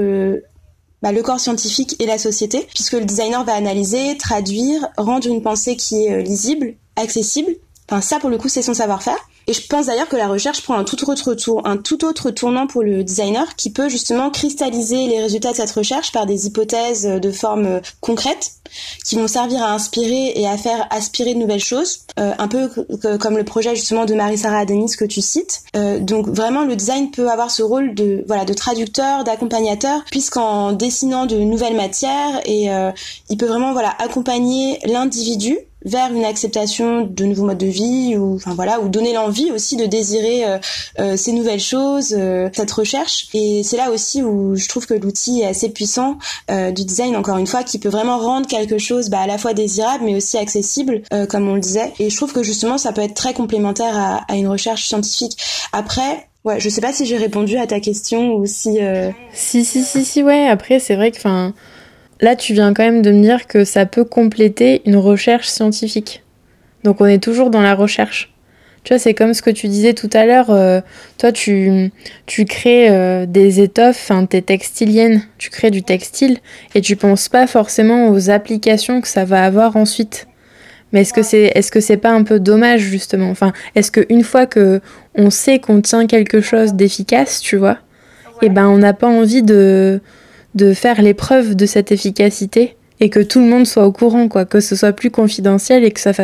le corps scientifique et la société, puisque le designer va analyser, traduire, rendre une pensée qui est lisible, accessible. Enfin ça pour le coup c'est son savoir-faire. Et je pense d'ailleurs que la recherche prend un tout autre tournant pour le designer qui peut justement cristalliser les résultats de cette recherche par des hypothèses de forme concrète qui vont servir à inspirer et à faire aspirer de nouvelles choses, un peu comme le projet justement de Marie-Sarah Adenis que tu cites. Donc vraiment le design peut avoir ce rôle de traducteur, d'accompagnateur, puisqu'en dessinant de nouvelles matières et il peut vraiment accompagner l'individu vers une acceptation de nouveaux modes de vie ou donner l'envie aussi de désirer ces nouvelles choses, cette recherche. Et c'est là aussi où je trouve que l'outil est assez puissant du design, encore une fois, qui peut vraiment rendre quelque chose à la fois désirable mais aussi accessible, comme on le disait. Et je trouve que justement ça peut être très complémentaire à une recherche scientifique. Après, ouais, je sais pas si j'ai répondu à ta question ou si... Si, ouais. Après, c'est vrai que... Là, tu viens quand même de me dire que ça peut compléter une recherche scientifique. Donc, on est toujours dans la recherche. Tu vois, c'est comme ce que tu disais tout à l'heure. Toi, tu crées des étoffes, t'es textilienne, tu crées du textile et tu penses pas forcément aux applications que ça va avoir ensuite. Mais est-ce que c'est pas un peu dommage, justement ? Est-ce qu'une fois qu'on sait qu'on tient quelque chose d'efficace, tu vois, on n'a pas envie de faire l'épreuve de cette efficacité et que tout le monde soit au courant, quoi, que ce soit plus confidentiel et que ça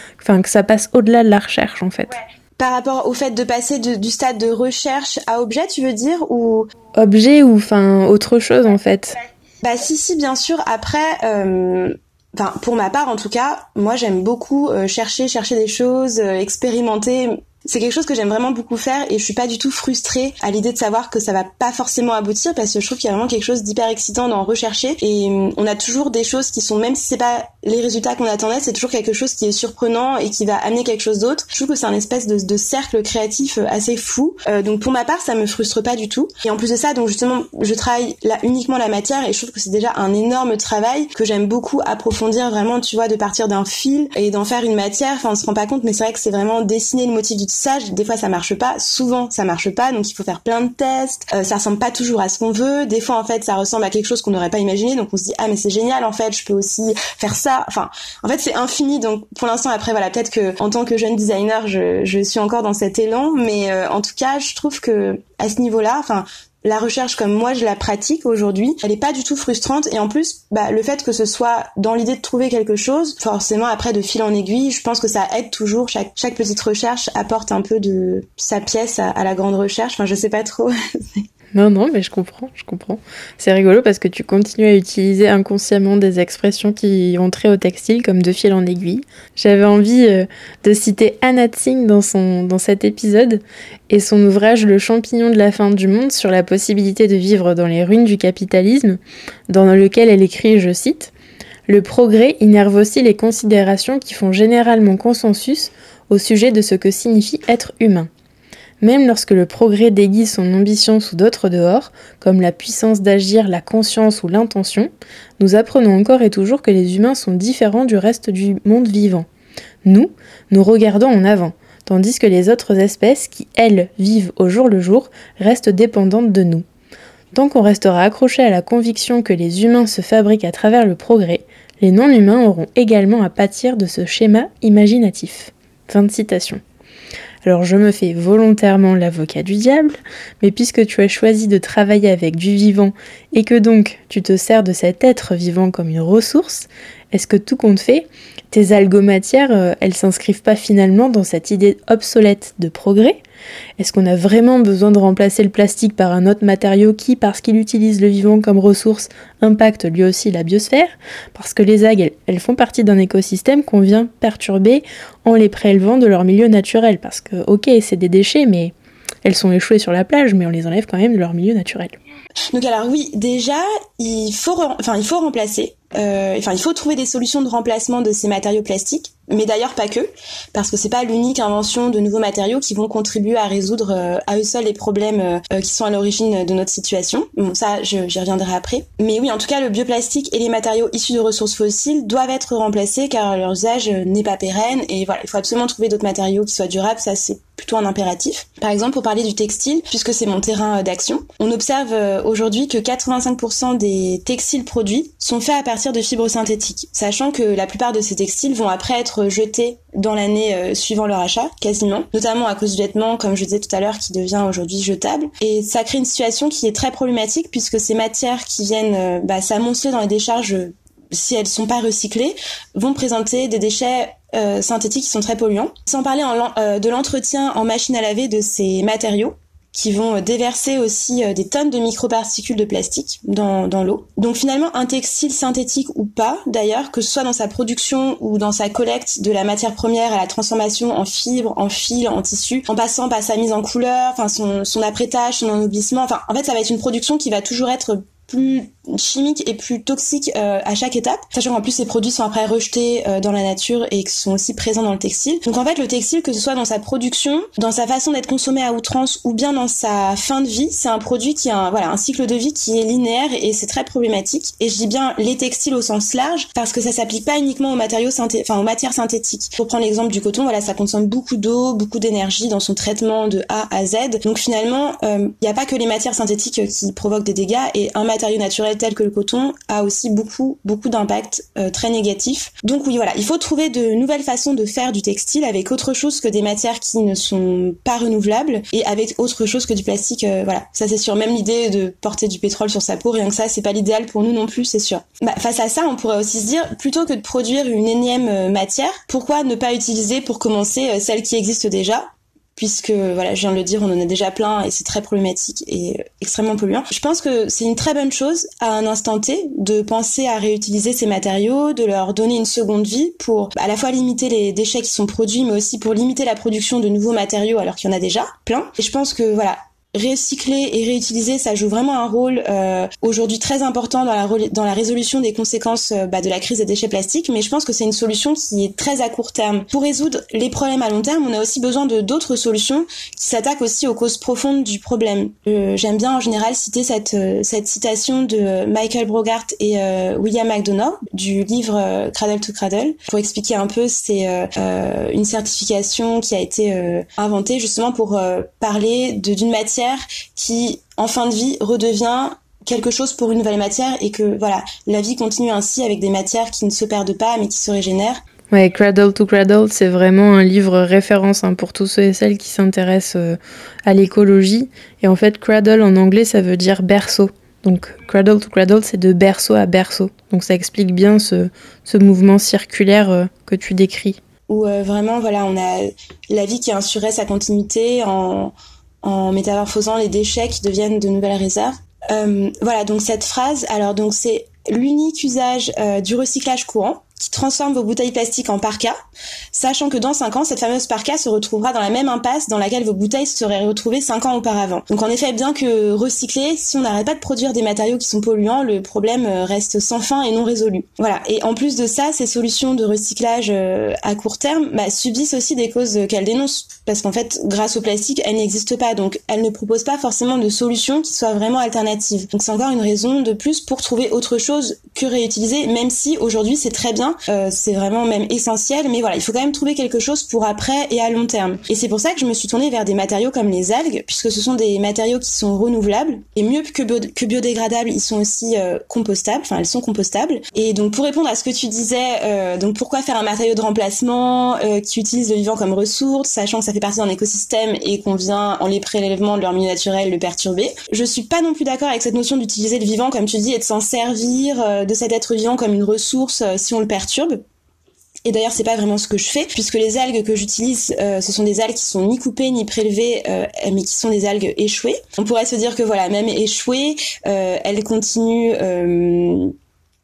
passe au-delà de la recherche, en fait. Ouais. Par rapport au fait de passer du stade de recherche à objet, tu veux dire, ou... Objet ou autre chose, en fait. Si, bien sûr. Après... pour ma part, en tout cas, moi j'aime beaucoup chercher des choses, expérimenter. C'est quelque chose que j'aime vraiment beaucoup faire et je suis pas du tout frustrée à l'idée de savoir que ça va pas forcément aboutir parce que je trouve qu'il y a vraiment quelque chose d'hyper excitant dans rechercher et on a toujours des choses qui sont, même si c'est pas les résultats qu'on attendait, c'est toujours quelque chose qui est surprenant et qui va amener quelque chose d'autre. Je trouve que c'est un espèce de cercle créatif assez fou. Donc pour ma part, ça me frustre pas du tout. Et en plus de ça, donc justement, je travaille là uniquement la matière et je trouve que c'est déjà un énorme travail que j'aime beaucoup approfondir vraiment, tu vois, de partir d'un fil et d'en faire une matière. On se rend pas compte, mais c'est vrai que c'est vraiment dessiner le motif du tissage. Des fois, ça marche pas. Souvent, ça marche pas. Donc il faut faire plein de tests. Ça ressemble pas toujours à ce qu'on veut. Des fois, en fait, ça ressemble à quelque chose qu'on n'aurait pas imaginé. Donc on se dit, ah, mais c'est génial, en fait, je peux aussi faire ça. En fait, c'est infini. Donc, pour l'instant, après, peut-être que en tant que jeune designer, je suis encore dans cet élan. Mais en tout cas, je trouve que à ce niveau-là, la recherche comme moi je la pratique aujourd'hui, elle est pas du tout frustrante. Et en plus, le fait que ce soit dans l'idée de trouver quelque chose, forcément, après, de fil en aiguille, je pense que ça aide toujours. Chaque petite recherche apporte un peu de sa pièce à la grande recherche. Je sais pas trop. Non, mais je comprends. C'est rigolo parce que tu continues à utiliser inconsciemment des expressions qui ont trait au textile comme de fil en aiguille. J'avais envie de citer Anna Tsing dans cet épisode et son ouvrage Le champignon de la fin du monde sur la possibilité de vivre dans les ruines du capitalisme, dans lequel elle écrit, je cite, « Le progrès innerve aussi les considérations qui font généralement consensus au sujet de ce que signifie être humain. Même lorsque le progrès déguise son ambition sous d'autres dehors, comme la puissance d'agir, la conscience ou l'intention, nous apprenons encore et toujours que les humains sont différents du reste du monde vivant. Nous regardons en avant, tandis que les autres espèces qui, elles, vivent au jour le jour, restent dépendantes de nous. Tant qu'on restera accroché à la conviction que les humains se fabriquent à travers le progrès, les non-humains auront également à pâtir de ce schéma imaginatif. » Fin de citation. Alors je me fais volontairement l'avocat du diable, mais puisque tu as choisi de travailler avec du vivant et que donc tu te sers de cet être vivant comme une ressource, est-ce que tout compte fait, tes algomatières, elles s'inscrivent pas finalement dans cette idée obsolète de progrès ? Est-ce qu'on a vraiment besoin de remplacer le plastique par un autre matériau qui, parce qu'il utilise le vivant comme ressource, impacte lui aussi la biosphère ? Parce que les algues, elles font partie d'un écosystème qu'on vient perturber en les prélevant de leur milieu naturel. Parce que, ok, c'est des déchets, mais elles sont échouées sur la plage, mais on les enlève quand même de leur milieu naturel. Donc alors oui, déjà, il faut remplacer. Il faut trouver des solutions de remplacement de ces matériaux plastiques, mais d'ailleurs pas que, parce que c'est pas l'unique invention de nouveaux matériaux qui vont contribuer à résoudre à eux seuls les problèmes qui sont à l'origine de notre situation. Bon, ça, j'y reviendrai après. Mais oui, en tout cas, le bioplastique et les matériaux issus de ressources fossiles doivent être remplacés car leur usage n'est pas pérenne et voilà, il faut absolument trouver d'autres matériaux qui soient durables, ça c'est plutôt un impératif. Par exemple, pour parler du textile, puisque c'est mon terrain d'action, on observe aujourd'hui que 85% des textiles produits sont faits à partir de fibres synthétiques, sachant que la plupart de ces textiles vont après être jetés dans l'année suivant leur achat, quasiment, notamment à cause du vêtement, comme je disais tout à l'heure, qui devient aujourd'hui jetable. Et ça crée une situation qui est très problématique, puisque ces matières qui viennent s'amonceler dans les décharges, si elles sont pas recyclées, vont présenter des déchets synthétiques qui sont très polluants. Sans parler de l'entretien en machine à laver de ces matériaux, qui vont déverser aussi des tonnes de microparticules de plastique dans l'eau. Donc finalement, un textile synthétique ou pas, d'ailleurs, que ce soit dans sa production ou dans sa collecte de la matière première à la transformation en fibres, en fils, en tissu, en passant par sa mise en couleur, enfin son apprêtage, son ennoblissement, enfin en fait ça va être une production qui va toujours être plus chimique et plus toxique à chaque étape, sachant qu'en plus ces produits sont après rejetés dans la nature et qui sont aussi présents dans le textile. Donc en fait le textile, que ce soit dans sa production, dans sa façon d'être consommé à outrance ou bien dans sa fin de vie, c'est un produit qui a un cycle de vie qui est linéaire et c'est très problématique. Et je dis bien les textiles au sens large parce que ça s'applique pas uniquement aux matières synthétiques. Pour prendre l'exemple du coton, ça consomme beaucoup d'eau, beaucoup d'énergie dans son traitement de A à Z. Donc finalement, il n'y a pas que les matières synthétiques qui provoquent des dégâts et un matériau naturel tel que le coton a aussi beaucoup d'impacts très négatifs. Donc oui, voilà, il faut trouver de nouvelles façons de faire du textile avec autre chose que des matières qui ne sont pas renouvelables et avec autre chose que du plastique. Voilà, ça c'est sûr. Même l'idée de porter du pétrole sur sa peau, rien que ça, c'est pas l'idéal pour nous non plus, c'est sûr. Face à ça, on pourrait aussi se dire, plutôt que de produire une énième matière, pourquoi ne pas utiliser pour commencer celle qui existe déjà ? Puisque, voilà, je viens de le dire, on en a déjà plein et c'est très problématique et extrêmement polluant. Je pense que c'est une très bonne chose à un instant T de penser à réutiliser ces matériaux, de leur donner une seconde vie pour à la fois limiter les déchets qui sont produits, mais aussi pour limiter la production de nouveaux matériaux alors qu'il y en a déjà plein. Et je pense que, voilà, recycler et réutiliser, ça joue vraiment un rôle aujourd'hui très important dans la résolution des conséquences de la crise des déchets plastiques, mais je pense que c'est une solution qui est très à court terme. Pour résoudre les problèmes à long terme, on a aussi besoin d'autres solutions qui s'attaquent aussi aux causes profondes du problème. J'aime bien en général citer cette citation de Michael Brogart et William McDonough du livre Cradle to Cradle. Pour expliquer un peu, c'est une certification qui a été inventée justement pour parler d'une matière qui, en fin de vie, redevient quelque chose pour une nouvelle matière et que, voilà, la vie continue ainsi avec des matières qui ne se perdent pas mais qui se régénèrent. Ouais, Cradle to Cradle, c'est vraiment un livre référence pour tous ceux et celles qui s'intéressent à l'écologie. Et en fait, cradle en anglais, ça veut dire berceau. Donc, Cradle to Cradle, c'est de berceau à berceau. Donc, ça explique bien ce mouvement circulaire que tu décris. Où vraiment, voilà, on a la vie qui assurait sa continuité en métamorphosant les déchets qui deviennent de nouvelles réserves. Voilà, donc cette phrase, alors donc c'est l'unique usage du recyclage courant qui transforme vos bouteilles plastiques en parka, sachant que dans 5 ans, cette fameuse parka se retrouvera dans la même impasse dans laquelle vos bouteilles se seraient retrouvées 5 ans auparavant. Donc en effet, bien que recycler, si on n'arrête pas de produire des matériaux qui sont polluants, le problème reste sans fin et non résolu. Voilà, et en plus de ça, ces solutions de recyclage à court terme subissent aussi des causes qu'elles dénoncent, parce qu'en fait, grâce au plastique, elles n'existent pas, donc elles ne proposent pas forcément de solutions qui soient vraiment alternatives. Donc c'est encore une raison de plus pour trouver autre chose que réutiliser, même si aujourd'hui c'est très bien, c'est vraiment même essentiel, mais voilà, il faut quand même trouver quelque chose pour après et à long terme. Et c'est pour ça que je me suis tournée vers des matériaux comme les algues, puisque ce sont des matériaux qui sont renouvelables, et mieux que biodégradables, ils sont aussi compostables, enfin elles sont compostables. Et donc pour répondre à ce que tu disais, donc pourquoi faire un matériau de remplacement qui utilise le vivant comme ressource, sachant que ça fait partie d'un écosystème et qu'on vient en les prélèvements de leur milieu naturel le perturber. Je suis pas non plus d'accord avec cette notion d'utiliser le vivant, comme tu dis, et de s'en servir de cet être vivant comme une ressource si on le perturbe. Et d'ailleurs, c'est pas vraiment ce que je fais, puisque les algues que j'utilise, ce sont des algues qui sont ni coupées ni prélevées, mais qui sont des algues échouées. On pourrait se dire que voilà, même échouées, elles continuent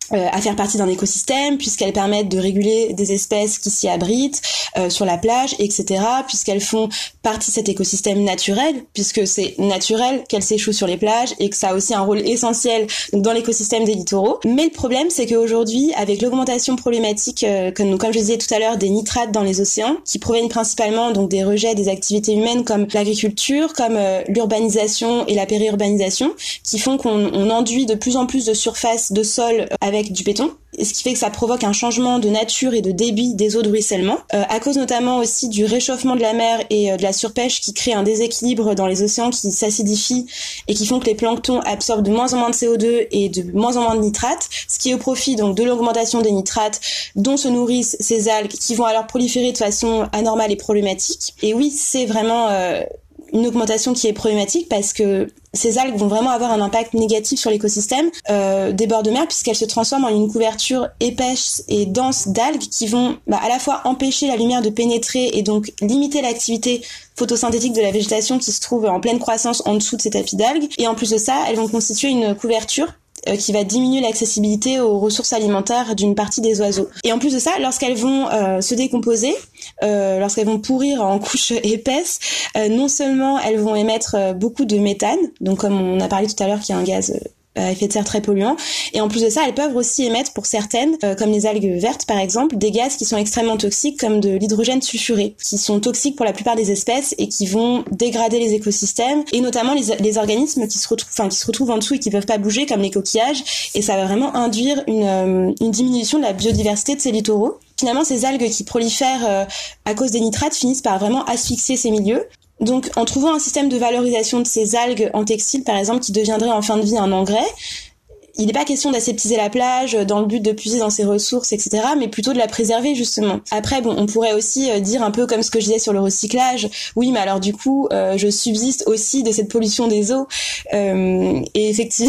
à faire partie d'un écosystème, puisqu'elles permettent de réguler des espèces qui s'y abritent sur la plage, etc., puisqu'elles font partie de cet écosystème naturel, puisque c'est naturel qu'elles s'échouent sur les plages et que ça a aussi un rôle essentiel donc, dans l'écosystème des littoraux. Mais le problème, c'est qu'aujourd'hui, avec l'augmentation problématique, comme je disais tout à l'heure, des nitrates dans les océans, qui proviennent principalement donc des rejets des activités humaines comme l'agriculture, comme l'urbanisation et la périurbanisation, qui font qu'on enduit de plus en plus de surface de sol avec du béton, ce qui fait que ça provoque un changement de nature et de débit des eaux de ruissellement, à cause notamment aussi du réchauffement de la mer et de la surpêche qui crée un déséquilibre dans les océans qui s'acidifient et qui font que les planctons absorbent de moins en moins de CO2 et de moins en moins de nitrates, ce qui est au profit donc de l'augmentation des nitrates dont se nourrissent ces algues qui vont alors proliférer de façon anormale et problématique. Et oui, c'est vraiment une augmentation qui est problématique parce que ces algues vont vraiment avoir un impact négatif sur l'écosystème des bords de mer puisqu'elles se transforment en une couverture épaisse et dense d'algues qui vont à la fois empêcher la lumière de pénétrer et donc limiter l'activité photosynthétique de la végétation qui se trouve en pleine croissance en dessous de ces tapis d'algues. Et en plus de ça, elles vont constituer une couverture qui va diminuer l'accessibilité aux ressources alimentaires d'une partie des oiseaux. Et en plus de ça, lorsqu'elles vont se décomposer, lorsqu'elles vont pourrir en couches épaisses, non seulement elles vont émettre beaucoup de méthane, donc comme on a parlé tout à l'heure, qui est un gaz à effet de serre très polluant, et en plus de ça, elles peuvent aussi émettre pour certaines, comme les algues vertes par exemple, des gaz qui sont extrêmement toxiques comme de l'hydrogène sulfuré, qui sont toxiques pour la plupart des espèces et qui vont dégrader les écosystèmes et notamment les organismes qui se retrouvent en dessous et qui peuvent pas bouger comme les coquillages, et ça va vraiment induire une diminution de la biodiversité de ces littoraux. Finalement, ces algues qui prolifèrent à cause des nitrates finissent par vraiment asphyxier ces milieux. Donc, en trouvant un système de valorisation de ces algues en textile, par exemple, qui deviendrait en fin de vie un engrais, il n'est pas question d'aseptiser la plage dans le but de puiser dans ses ressources, etc., mais plutôt de la préserver, justement. Après, on pourrait aussi dire un peu comme ce que je disais sur le recyclage. Oui, mais alors du coup, je subsiste aussi de cette pollution des eaux. Et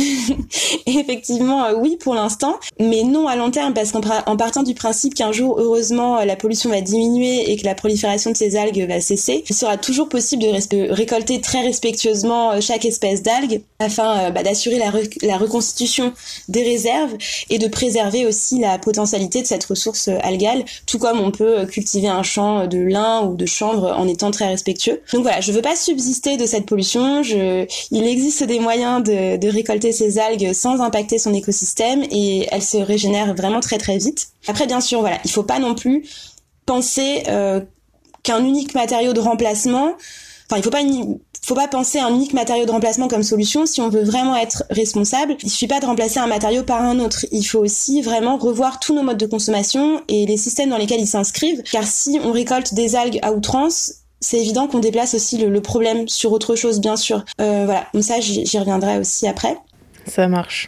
effectivement, oui, pour l'instant, mais non à long terme, parce qu'en partant du principe qu'un jour, heureusement, la pollution va diminuer et que la prolifération de ces algues va cesser, il sera toujours possible de récolter très respectueusement chaque espèce d'algue afin d'assurer la reconstitution des réserves et de préserver aussi la potentialité de cette ressource algale, tout comme on peut cultiver un champ de lin ou de chanvre en étant très respectueux. Donc voilà, je veux pas subsister de cette pollution, il existe des moyens de récolter ces algues sans impacter son écosystème et elles se régénèrent vraiment très très vite. Après bien sûr, voilà, il faut pas non plus penser qu'un unique matériau de remplacement, il faut pas penser à un unique matériau de remplacement comme solution. Si on veut vraiment être responsable, il suffit pas de remplacer un matériau par un autre. Il faut aussi vraiment revoir tous nos modes de consommation et les systèmes dans lesquels ils s'inscrivent. Car si on récolte des algues à outrance, c'est évident qu'on déplace aussi le problème sur autre chose, bien sûr. Voilà, comme ça j'y reviendrai aussi après. Ça marche.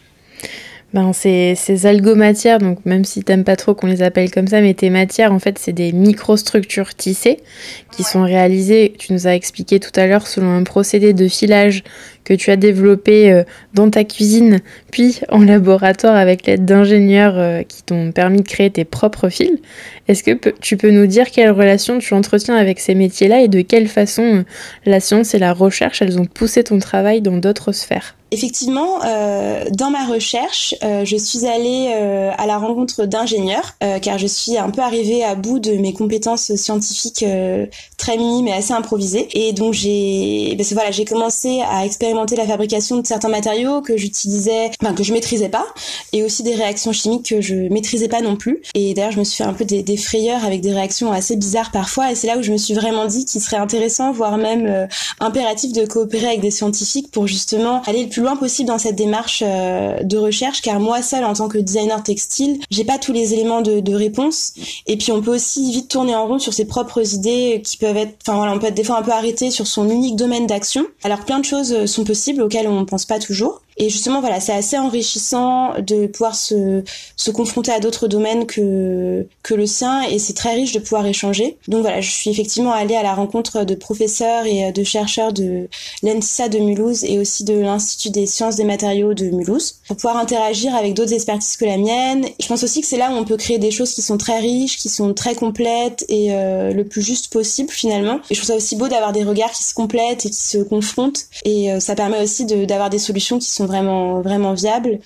Ces algomatières, donc même si t'aimes pas trop qu'on les appelle comme ça, mais tes matières, en fait, c'est des microstructures tissées qui sont réalisées, tu nous as expliqué tout à l'heure, selon un procédé de filage que tu as développé dans ta cuisine, puis en laboratoire avec l'aide d'ingénieurs qui t'ont permis de créer tes propres fils. Est-ce que tu peux nous dire quelle relation tu entretiens avec ces métiers-là et de quelle façon la science et la recherche, elles ont poussé ton travail dans d'autres sphères ? Effectivement, dans ma recherche, je suis allée à la rencontre d'ingénieurs, car je suis un peu arrivée à bout de mes compétences scientifiques très minimes et assez improvisées. Et donc j'ai commencé à expérimenter la fabrication de certains matériaux que je maîtrisais pas, et aussi des réactions chimiques que je maîtrisais pas non plus. Et d'ailleurs, je me suis fait un peu des frayeurs avec des réactions assez bizarres parfois. Et c'est là où je me suis vraiment dit qu'il serait intéressant, voire même impératif, de coopérer avec des scientifiques pour justement aller le plus loin possible dans cette démarche de recherche, car moi seule en tant que designer textile, j'ai pas tous les éléments de réponse, et puis on peut aussi vite tourner en rond sur ses propres idées qui peuvent être, on peut être des fois un peu arrêté sur son unique domaine d'action, alors plein de choses sont possibles auxquelles on pense pas toujours. Et justement, voilà, c'est assez enrichissant de pouvoir se confronter à d'autres domaines que le sien, et c'est très riche de pouvoir échanger. Donc voilà, je suis effectivement allée à la rencontre de professeurs et de chercheurs de l'ENSISA de Mulhouse et aussi de l'Institut des sciences des matériaux de Mulhouse pour pouvoir interagir avec d'autres expertises que la mienne. Je pense aussi que c'est là où on peut créer des choses qui sont très riches, qui sont très complètes et le plus juste possible finalement. Et je trouve ça aussi beau d'avoir des regards qui se complètent et qui se confrontent, et ça permet aussi d'avoir des solutions qui sont vraiment, vraiment viables.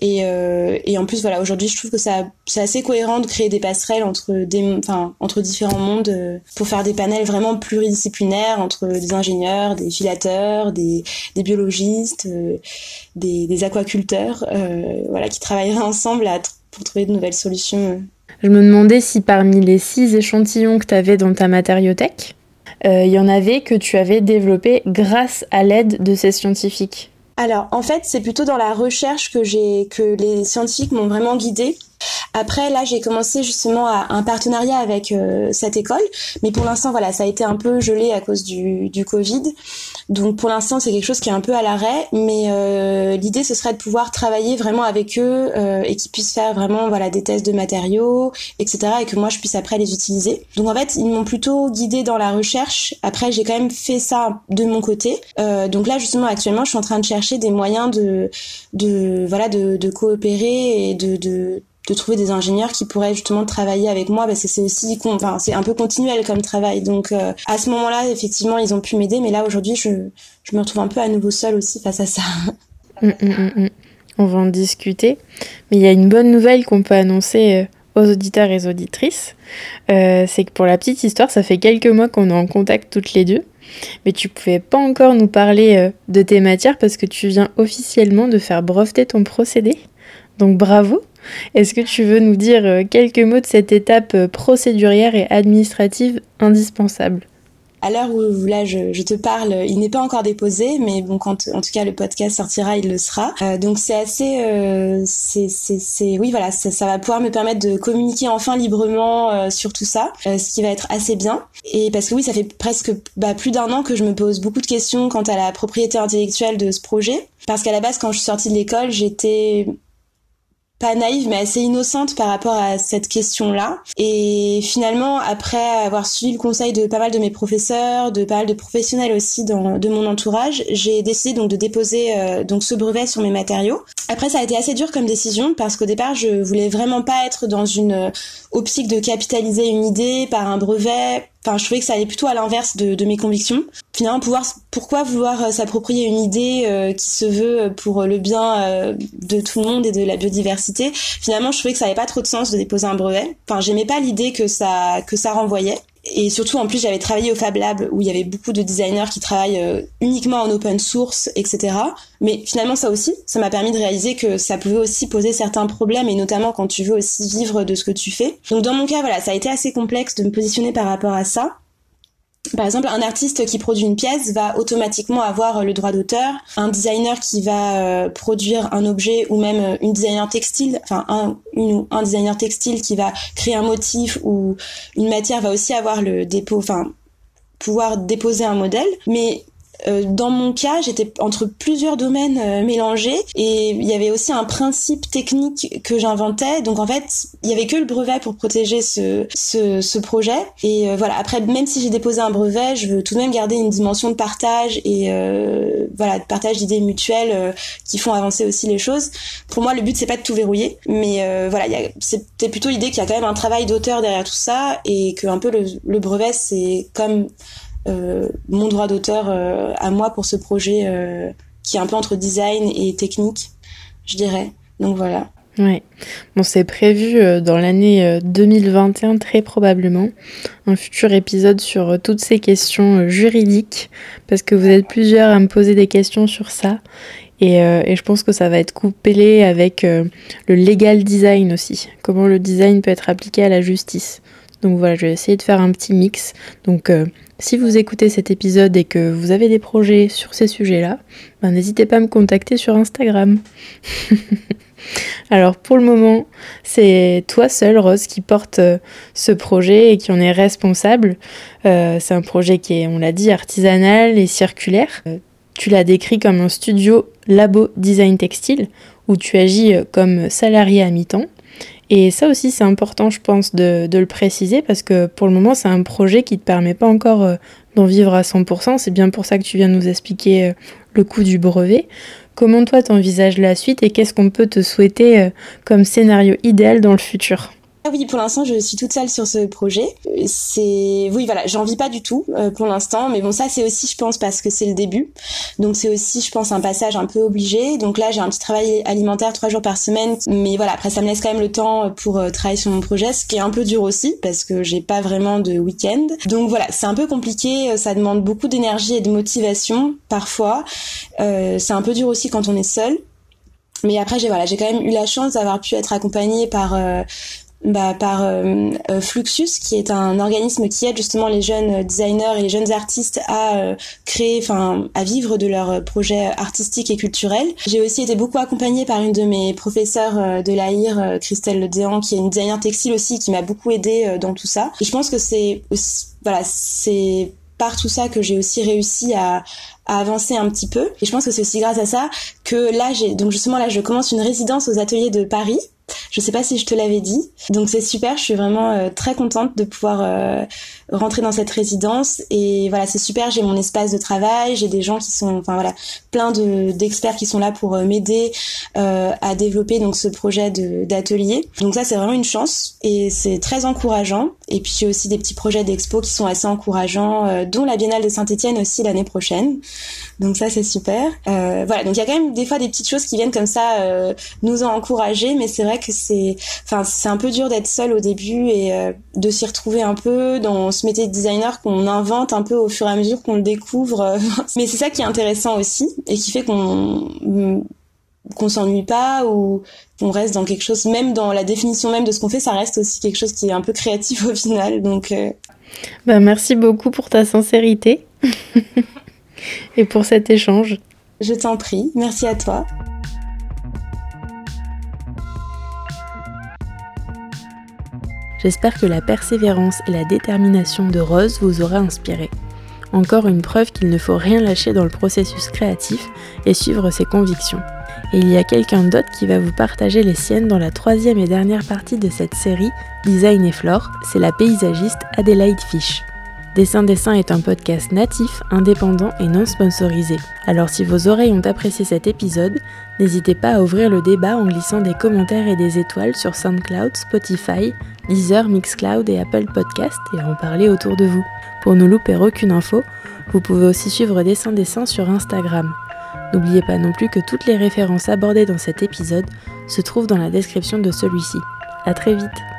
Et en plus, voilà, aujourd'hui, je trouve que c'est assez cohérent de créer des passerelles entre différents mondes pour faire des panels vraiment pluridisciplinaires entre des ingénieurs, des filateurs, des biologistes, des aquaculteurs, voilà, qui travailleraient ensemble pour trouver de nouvelles solutions. Je me demandais si parmi les 6 échantillons que tu avais dans ta matériothèque, il y en avait que tu avais développé grâce à l'aide de ces scientifiques. Alors, en fait, c'est plutôt dans la recherche que les scientifiques m'ont vraiment guidée. Après, là, j'ai commencé justement un partenariat avec cette école, mais pour l'instant, voilà, ça a été un peu gelé à cause du Covid. Donc, pour l'instant, c'est quelque chose qui est un peu à l'arrêt, mais l'idée, ce serait de pouvoir travailler vraiment avec eux et qu'ils puissent faire vraiment, voilà, des tests de matériaux, etc., et que moi, je puisse après les utiliser. Donc, en fait, ils m'ont plutôt guidée dans la recherche. Après, j'ai quand même fait ça de mon côté. Donc là, justement, actuellement, je suis en train de chercher des moyens de coopérer et de trouver des ingénieurs qui pourraient justement travailler avec moi, parce que c'est aussi c'est un peu continuel comme travail. Donc à ce moment-là, effectivement, ils ont pu m'aider, mais là aujourd'hui, je me retrouve un peu à nouveau seule aussi face à ça. On va en discuter, mais il y a une bonne nouvelle qu'on peut annoncer aux auditeurs et aux auditrices, c'est que pour la petite histoire, ça fait quelques mois qu'on est en contact toutes les deux, mais tu pouvais pas encore nous parler de tes matières parce que tu viens officiellement de faire breveter ton procédé. Donc bravo. Est-ce que tu veux nous dire quelques mots de cette étape procédurière et administrative indispensable ? À l'heure où là je te parle, il n'est pas encore déposé, mais bon, quand en tout cas le podcast sortira, il le sera. Donc c'est assez, oui, voilà, ça va pouvoir me permettre de communiquer enfin librement sur tout ça, ce qui va être assez bien. Et parce que oui, ça fait presque plus d'un an que je me pose beaucoup de questions quant à la propriété intellectuelle de ce projet, parce qu'à la base, quand je suis sortie de l'école, j'étais pas naïve, mais assez innocente par rapport à cette question-là. Et finalement, après avoir suivi le conseil de pas mal de mes professeurs, de pas mal de professionnels aussi de mon entourage, j'ai décidé donc de déposer donc ce brevet sur mes matériaux. Après, ça a été assez dur comme décision parce qu'au départ, je voulais vraiment pas être dans une optique de capitaliser une idée par un brevet. Enfin, je trouvais que ça allait plutôt à l'inverse de mes convictions. Finalement, pourquoi vouloir s'approprier une idée qui se veut pour le bien de tout le monde et de la biodiversité. Finalement, je trouvais que ça avait pas trop de sens de déposer un brevet. Enfin, j'aimais pas l'idée que ça renvoyait. Et surtout, en plus, j'avais travaillé au Fab Lab où il y avait beaucoup de designers qui travaillent uniquement en open source, etc. Mais finalement, ça aussi, ça m'a permis de réaliser que ça pouvait aussi poser certains problèmes, et notamment quand tu veux aussi vivre de ce que tu fais. Donc dans mon cas, voilà, ça a été assez complexe de me positionner par rapport à ça. Par exemple, un artiste qui produit une pièce va automatiquement avoir le droit d'auteur. Un designer qui va produire un objet, ou même une designer textile, enfin un designer textile qui va créer un motif ou une matière va aussi avoir le dépôt, enfin pouvoir déposer un modèle. Mais dans mon cas, j'étais entre plusieurs domaines mélangés, et il y avait aussi un principe technique que j'inventais. Donc en fait, il y avait que le brevet pour protéger ce projet. Et voilà, après, même si j'ai déposé un brevet, je veux tout de même garder une dimension de partage et voilà, de partage d'idées mutuelles qui font avancer aussi les choses. Pour moi, le but c'est pas de tout verrouiller, mais voilà, c'était plutôt l'idée qu'il y a quand même un travail d'auteur derrière tout ça, et que un peu le brevet c'est comme mon droit d'auteur à moi pour ce projet qui est un peu entre design et technique, je dirais. Donc voilà. Ouais. Bon, c'est prévu dans l'année 2021 très probablement un futur épisode sur toutes ces questions juridiques, parce que vous êtes plusieurs à me poser des questions sur ça, et je pense que ça va être couplé avec le legal design aussi, comment le design peut être appliqué à la justice. Donc voilà, je vais essayer de faire un petit mix. Donc si vous écoutez cet épisode et que vous avez des projets sur ces sujets-là, n'hésitez pas à me contacter sur Instagram. Alors pour le moment, c'est toi seule, Rose, qui porte ce projet et qui en est responsable. C'est un projet qui est, on l'a dit, artisanal et circulaire. Tu l'as décrit comme un studio labo design textile où tu agis comme salarié à mi-temps. Et ça aussi, c'est important, je pense, de le préciser, parce que pour le moment, c'est un projet qui ne te permet pas encore d'en vivre à 100%. C'est bien pour ça que tu viens nous expliquer le coût du brevet. Comment toi, t'envisages la suite et qu'est-ce qu'on peut te souhaiter comme scénario idéal dans le futur ? Oui, pour l'instant, je suis toute seule sur ce projet. Oui, voilà, j'en vis pas du tout pour l'instant, mais bon, ça c'est aussi, je pense, parce que c'est le début. Donc c'est aussi, je pense, un passage un peu obligé. Donc là, j'ai un petit travail alimentaire 3 jours par semaine, mais voilà, après ça me laisse quand même le temps pour travailler sur mon projet, ce qui est un peu dur aussi parce que j'ai pas vraiment de week-end. Donc voilà, c'est un peu compliqué, ça demande beaucoup d'énergie et de motivation parfois. C'est un peu dur aussi quand on est seul. Mais après, j'ai quand même eu la chance d'avoir pu être accompagnée par Fluxus, qui est un organisme qui aide justement les jeunes designers et les jeunes artistes à à vivre de leurs projets artistiques et culturels. J'ai aussi été beaucoup accompagnée par une de mes professeurs de l'AIR, Christelle Ledéan, qui est une designer textile aussi, qui m'a beaucoup aidée dans tout ça. Et je pense que c'est par tout ça que j'ai aussi réussi à avancer un petit peu. Et je pense que c'est aussi grâce à ça que là, je commence une résidence aux ateliers de Paris. Je sais pas si je te l'avais dit. Donc c'est super, je suis vraiment très contente de pouvoir rentrer dans cette résidence. Et voilà, c'est super, j'ai mon espace de travail, j'ai des gens qui sont, plein d'experts qui sont là pour m'aider à développer donc ce projet d'atelier. Donc ça, c'est vraiment une chance et c'est très encourageant. Et puis j'ai aussi des petits projets d'expo qui sont assez encourageants, dont la Biennale de Saint-Étienne aussi l'année prochaine. Donc ça, c'est super. Donc il y a quand même des fois des petites choses qui viennent comme ça nous encourager, mais c'est vrai que c'est un peu dur d'être seul au début et de s'y retrouver un peu dans ce métier de designer qu'on invente un peu au fur et à mesure qu'on le découvre. Mais c'est ça qui est intéressant aussi et qui fait qu'on s'ennuie pas ou qu'on reste dans quelque chose, même dans la définition même de ce qu'on fait, ça reste aussi quelque chose qui est un peu créatif au final. Donc merci beaucoup pour ta sincérité et pour cet échange. Je t'en prie, merci à toi. J'espère que la persévérance et la détermination de Rose vous aura inspiré. Encore une preuve qu'il ne faut rien lâcher dans le processus créatif et suivre ses convictions. Et il y a quelqu'un d'autre qui va vous partager les siennes dans la 3e et dernière partie de cette série Design et Flore, c'est la paysagiste Adélaïde Fish. Dessin est un podcast natif, indépendant et non sponsorisé. Alors si vos oreilles ont apprécié cet épisode, n'hésitez pas à ouvrir le débat en glissant des commentaires et des étoiles sur SoundCloud, Spotify, Deezer, Mixcloud et Apple Podcast et à en parler autour de vous. Pour ne louper aucune info, vous pouvez aussi suivre Dessin sur Instagram. N'oubliez pas non plus que toutes les références abordées dans cet épisode se trouvent dans la description de celui-ci. À très vite!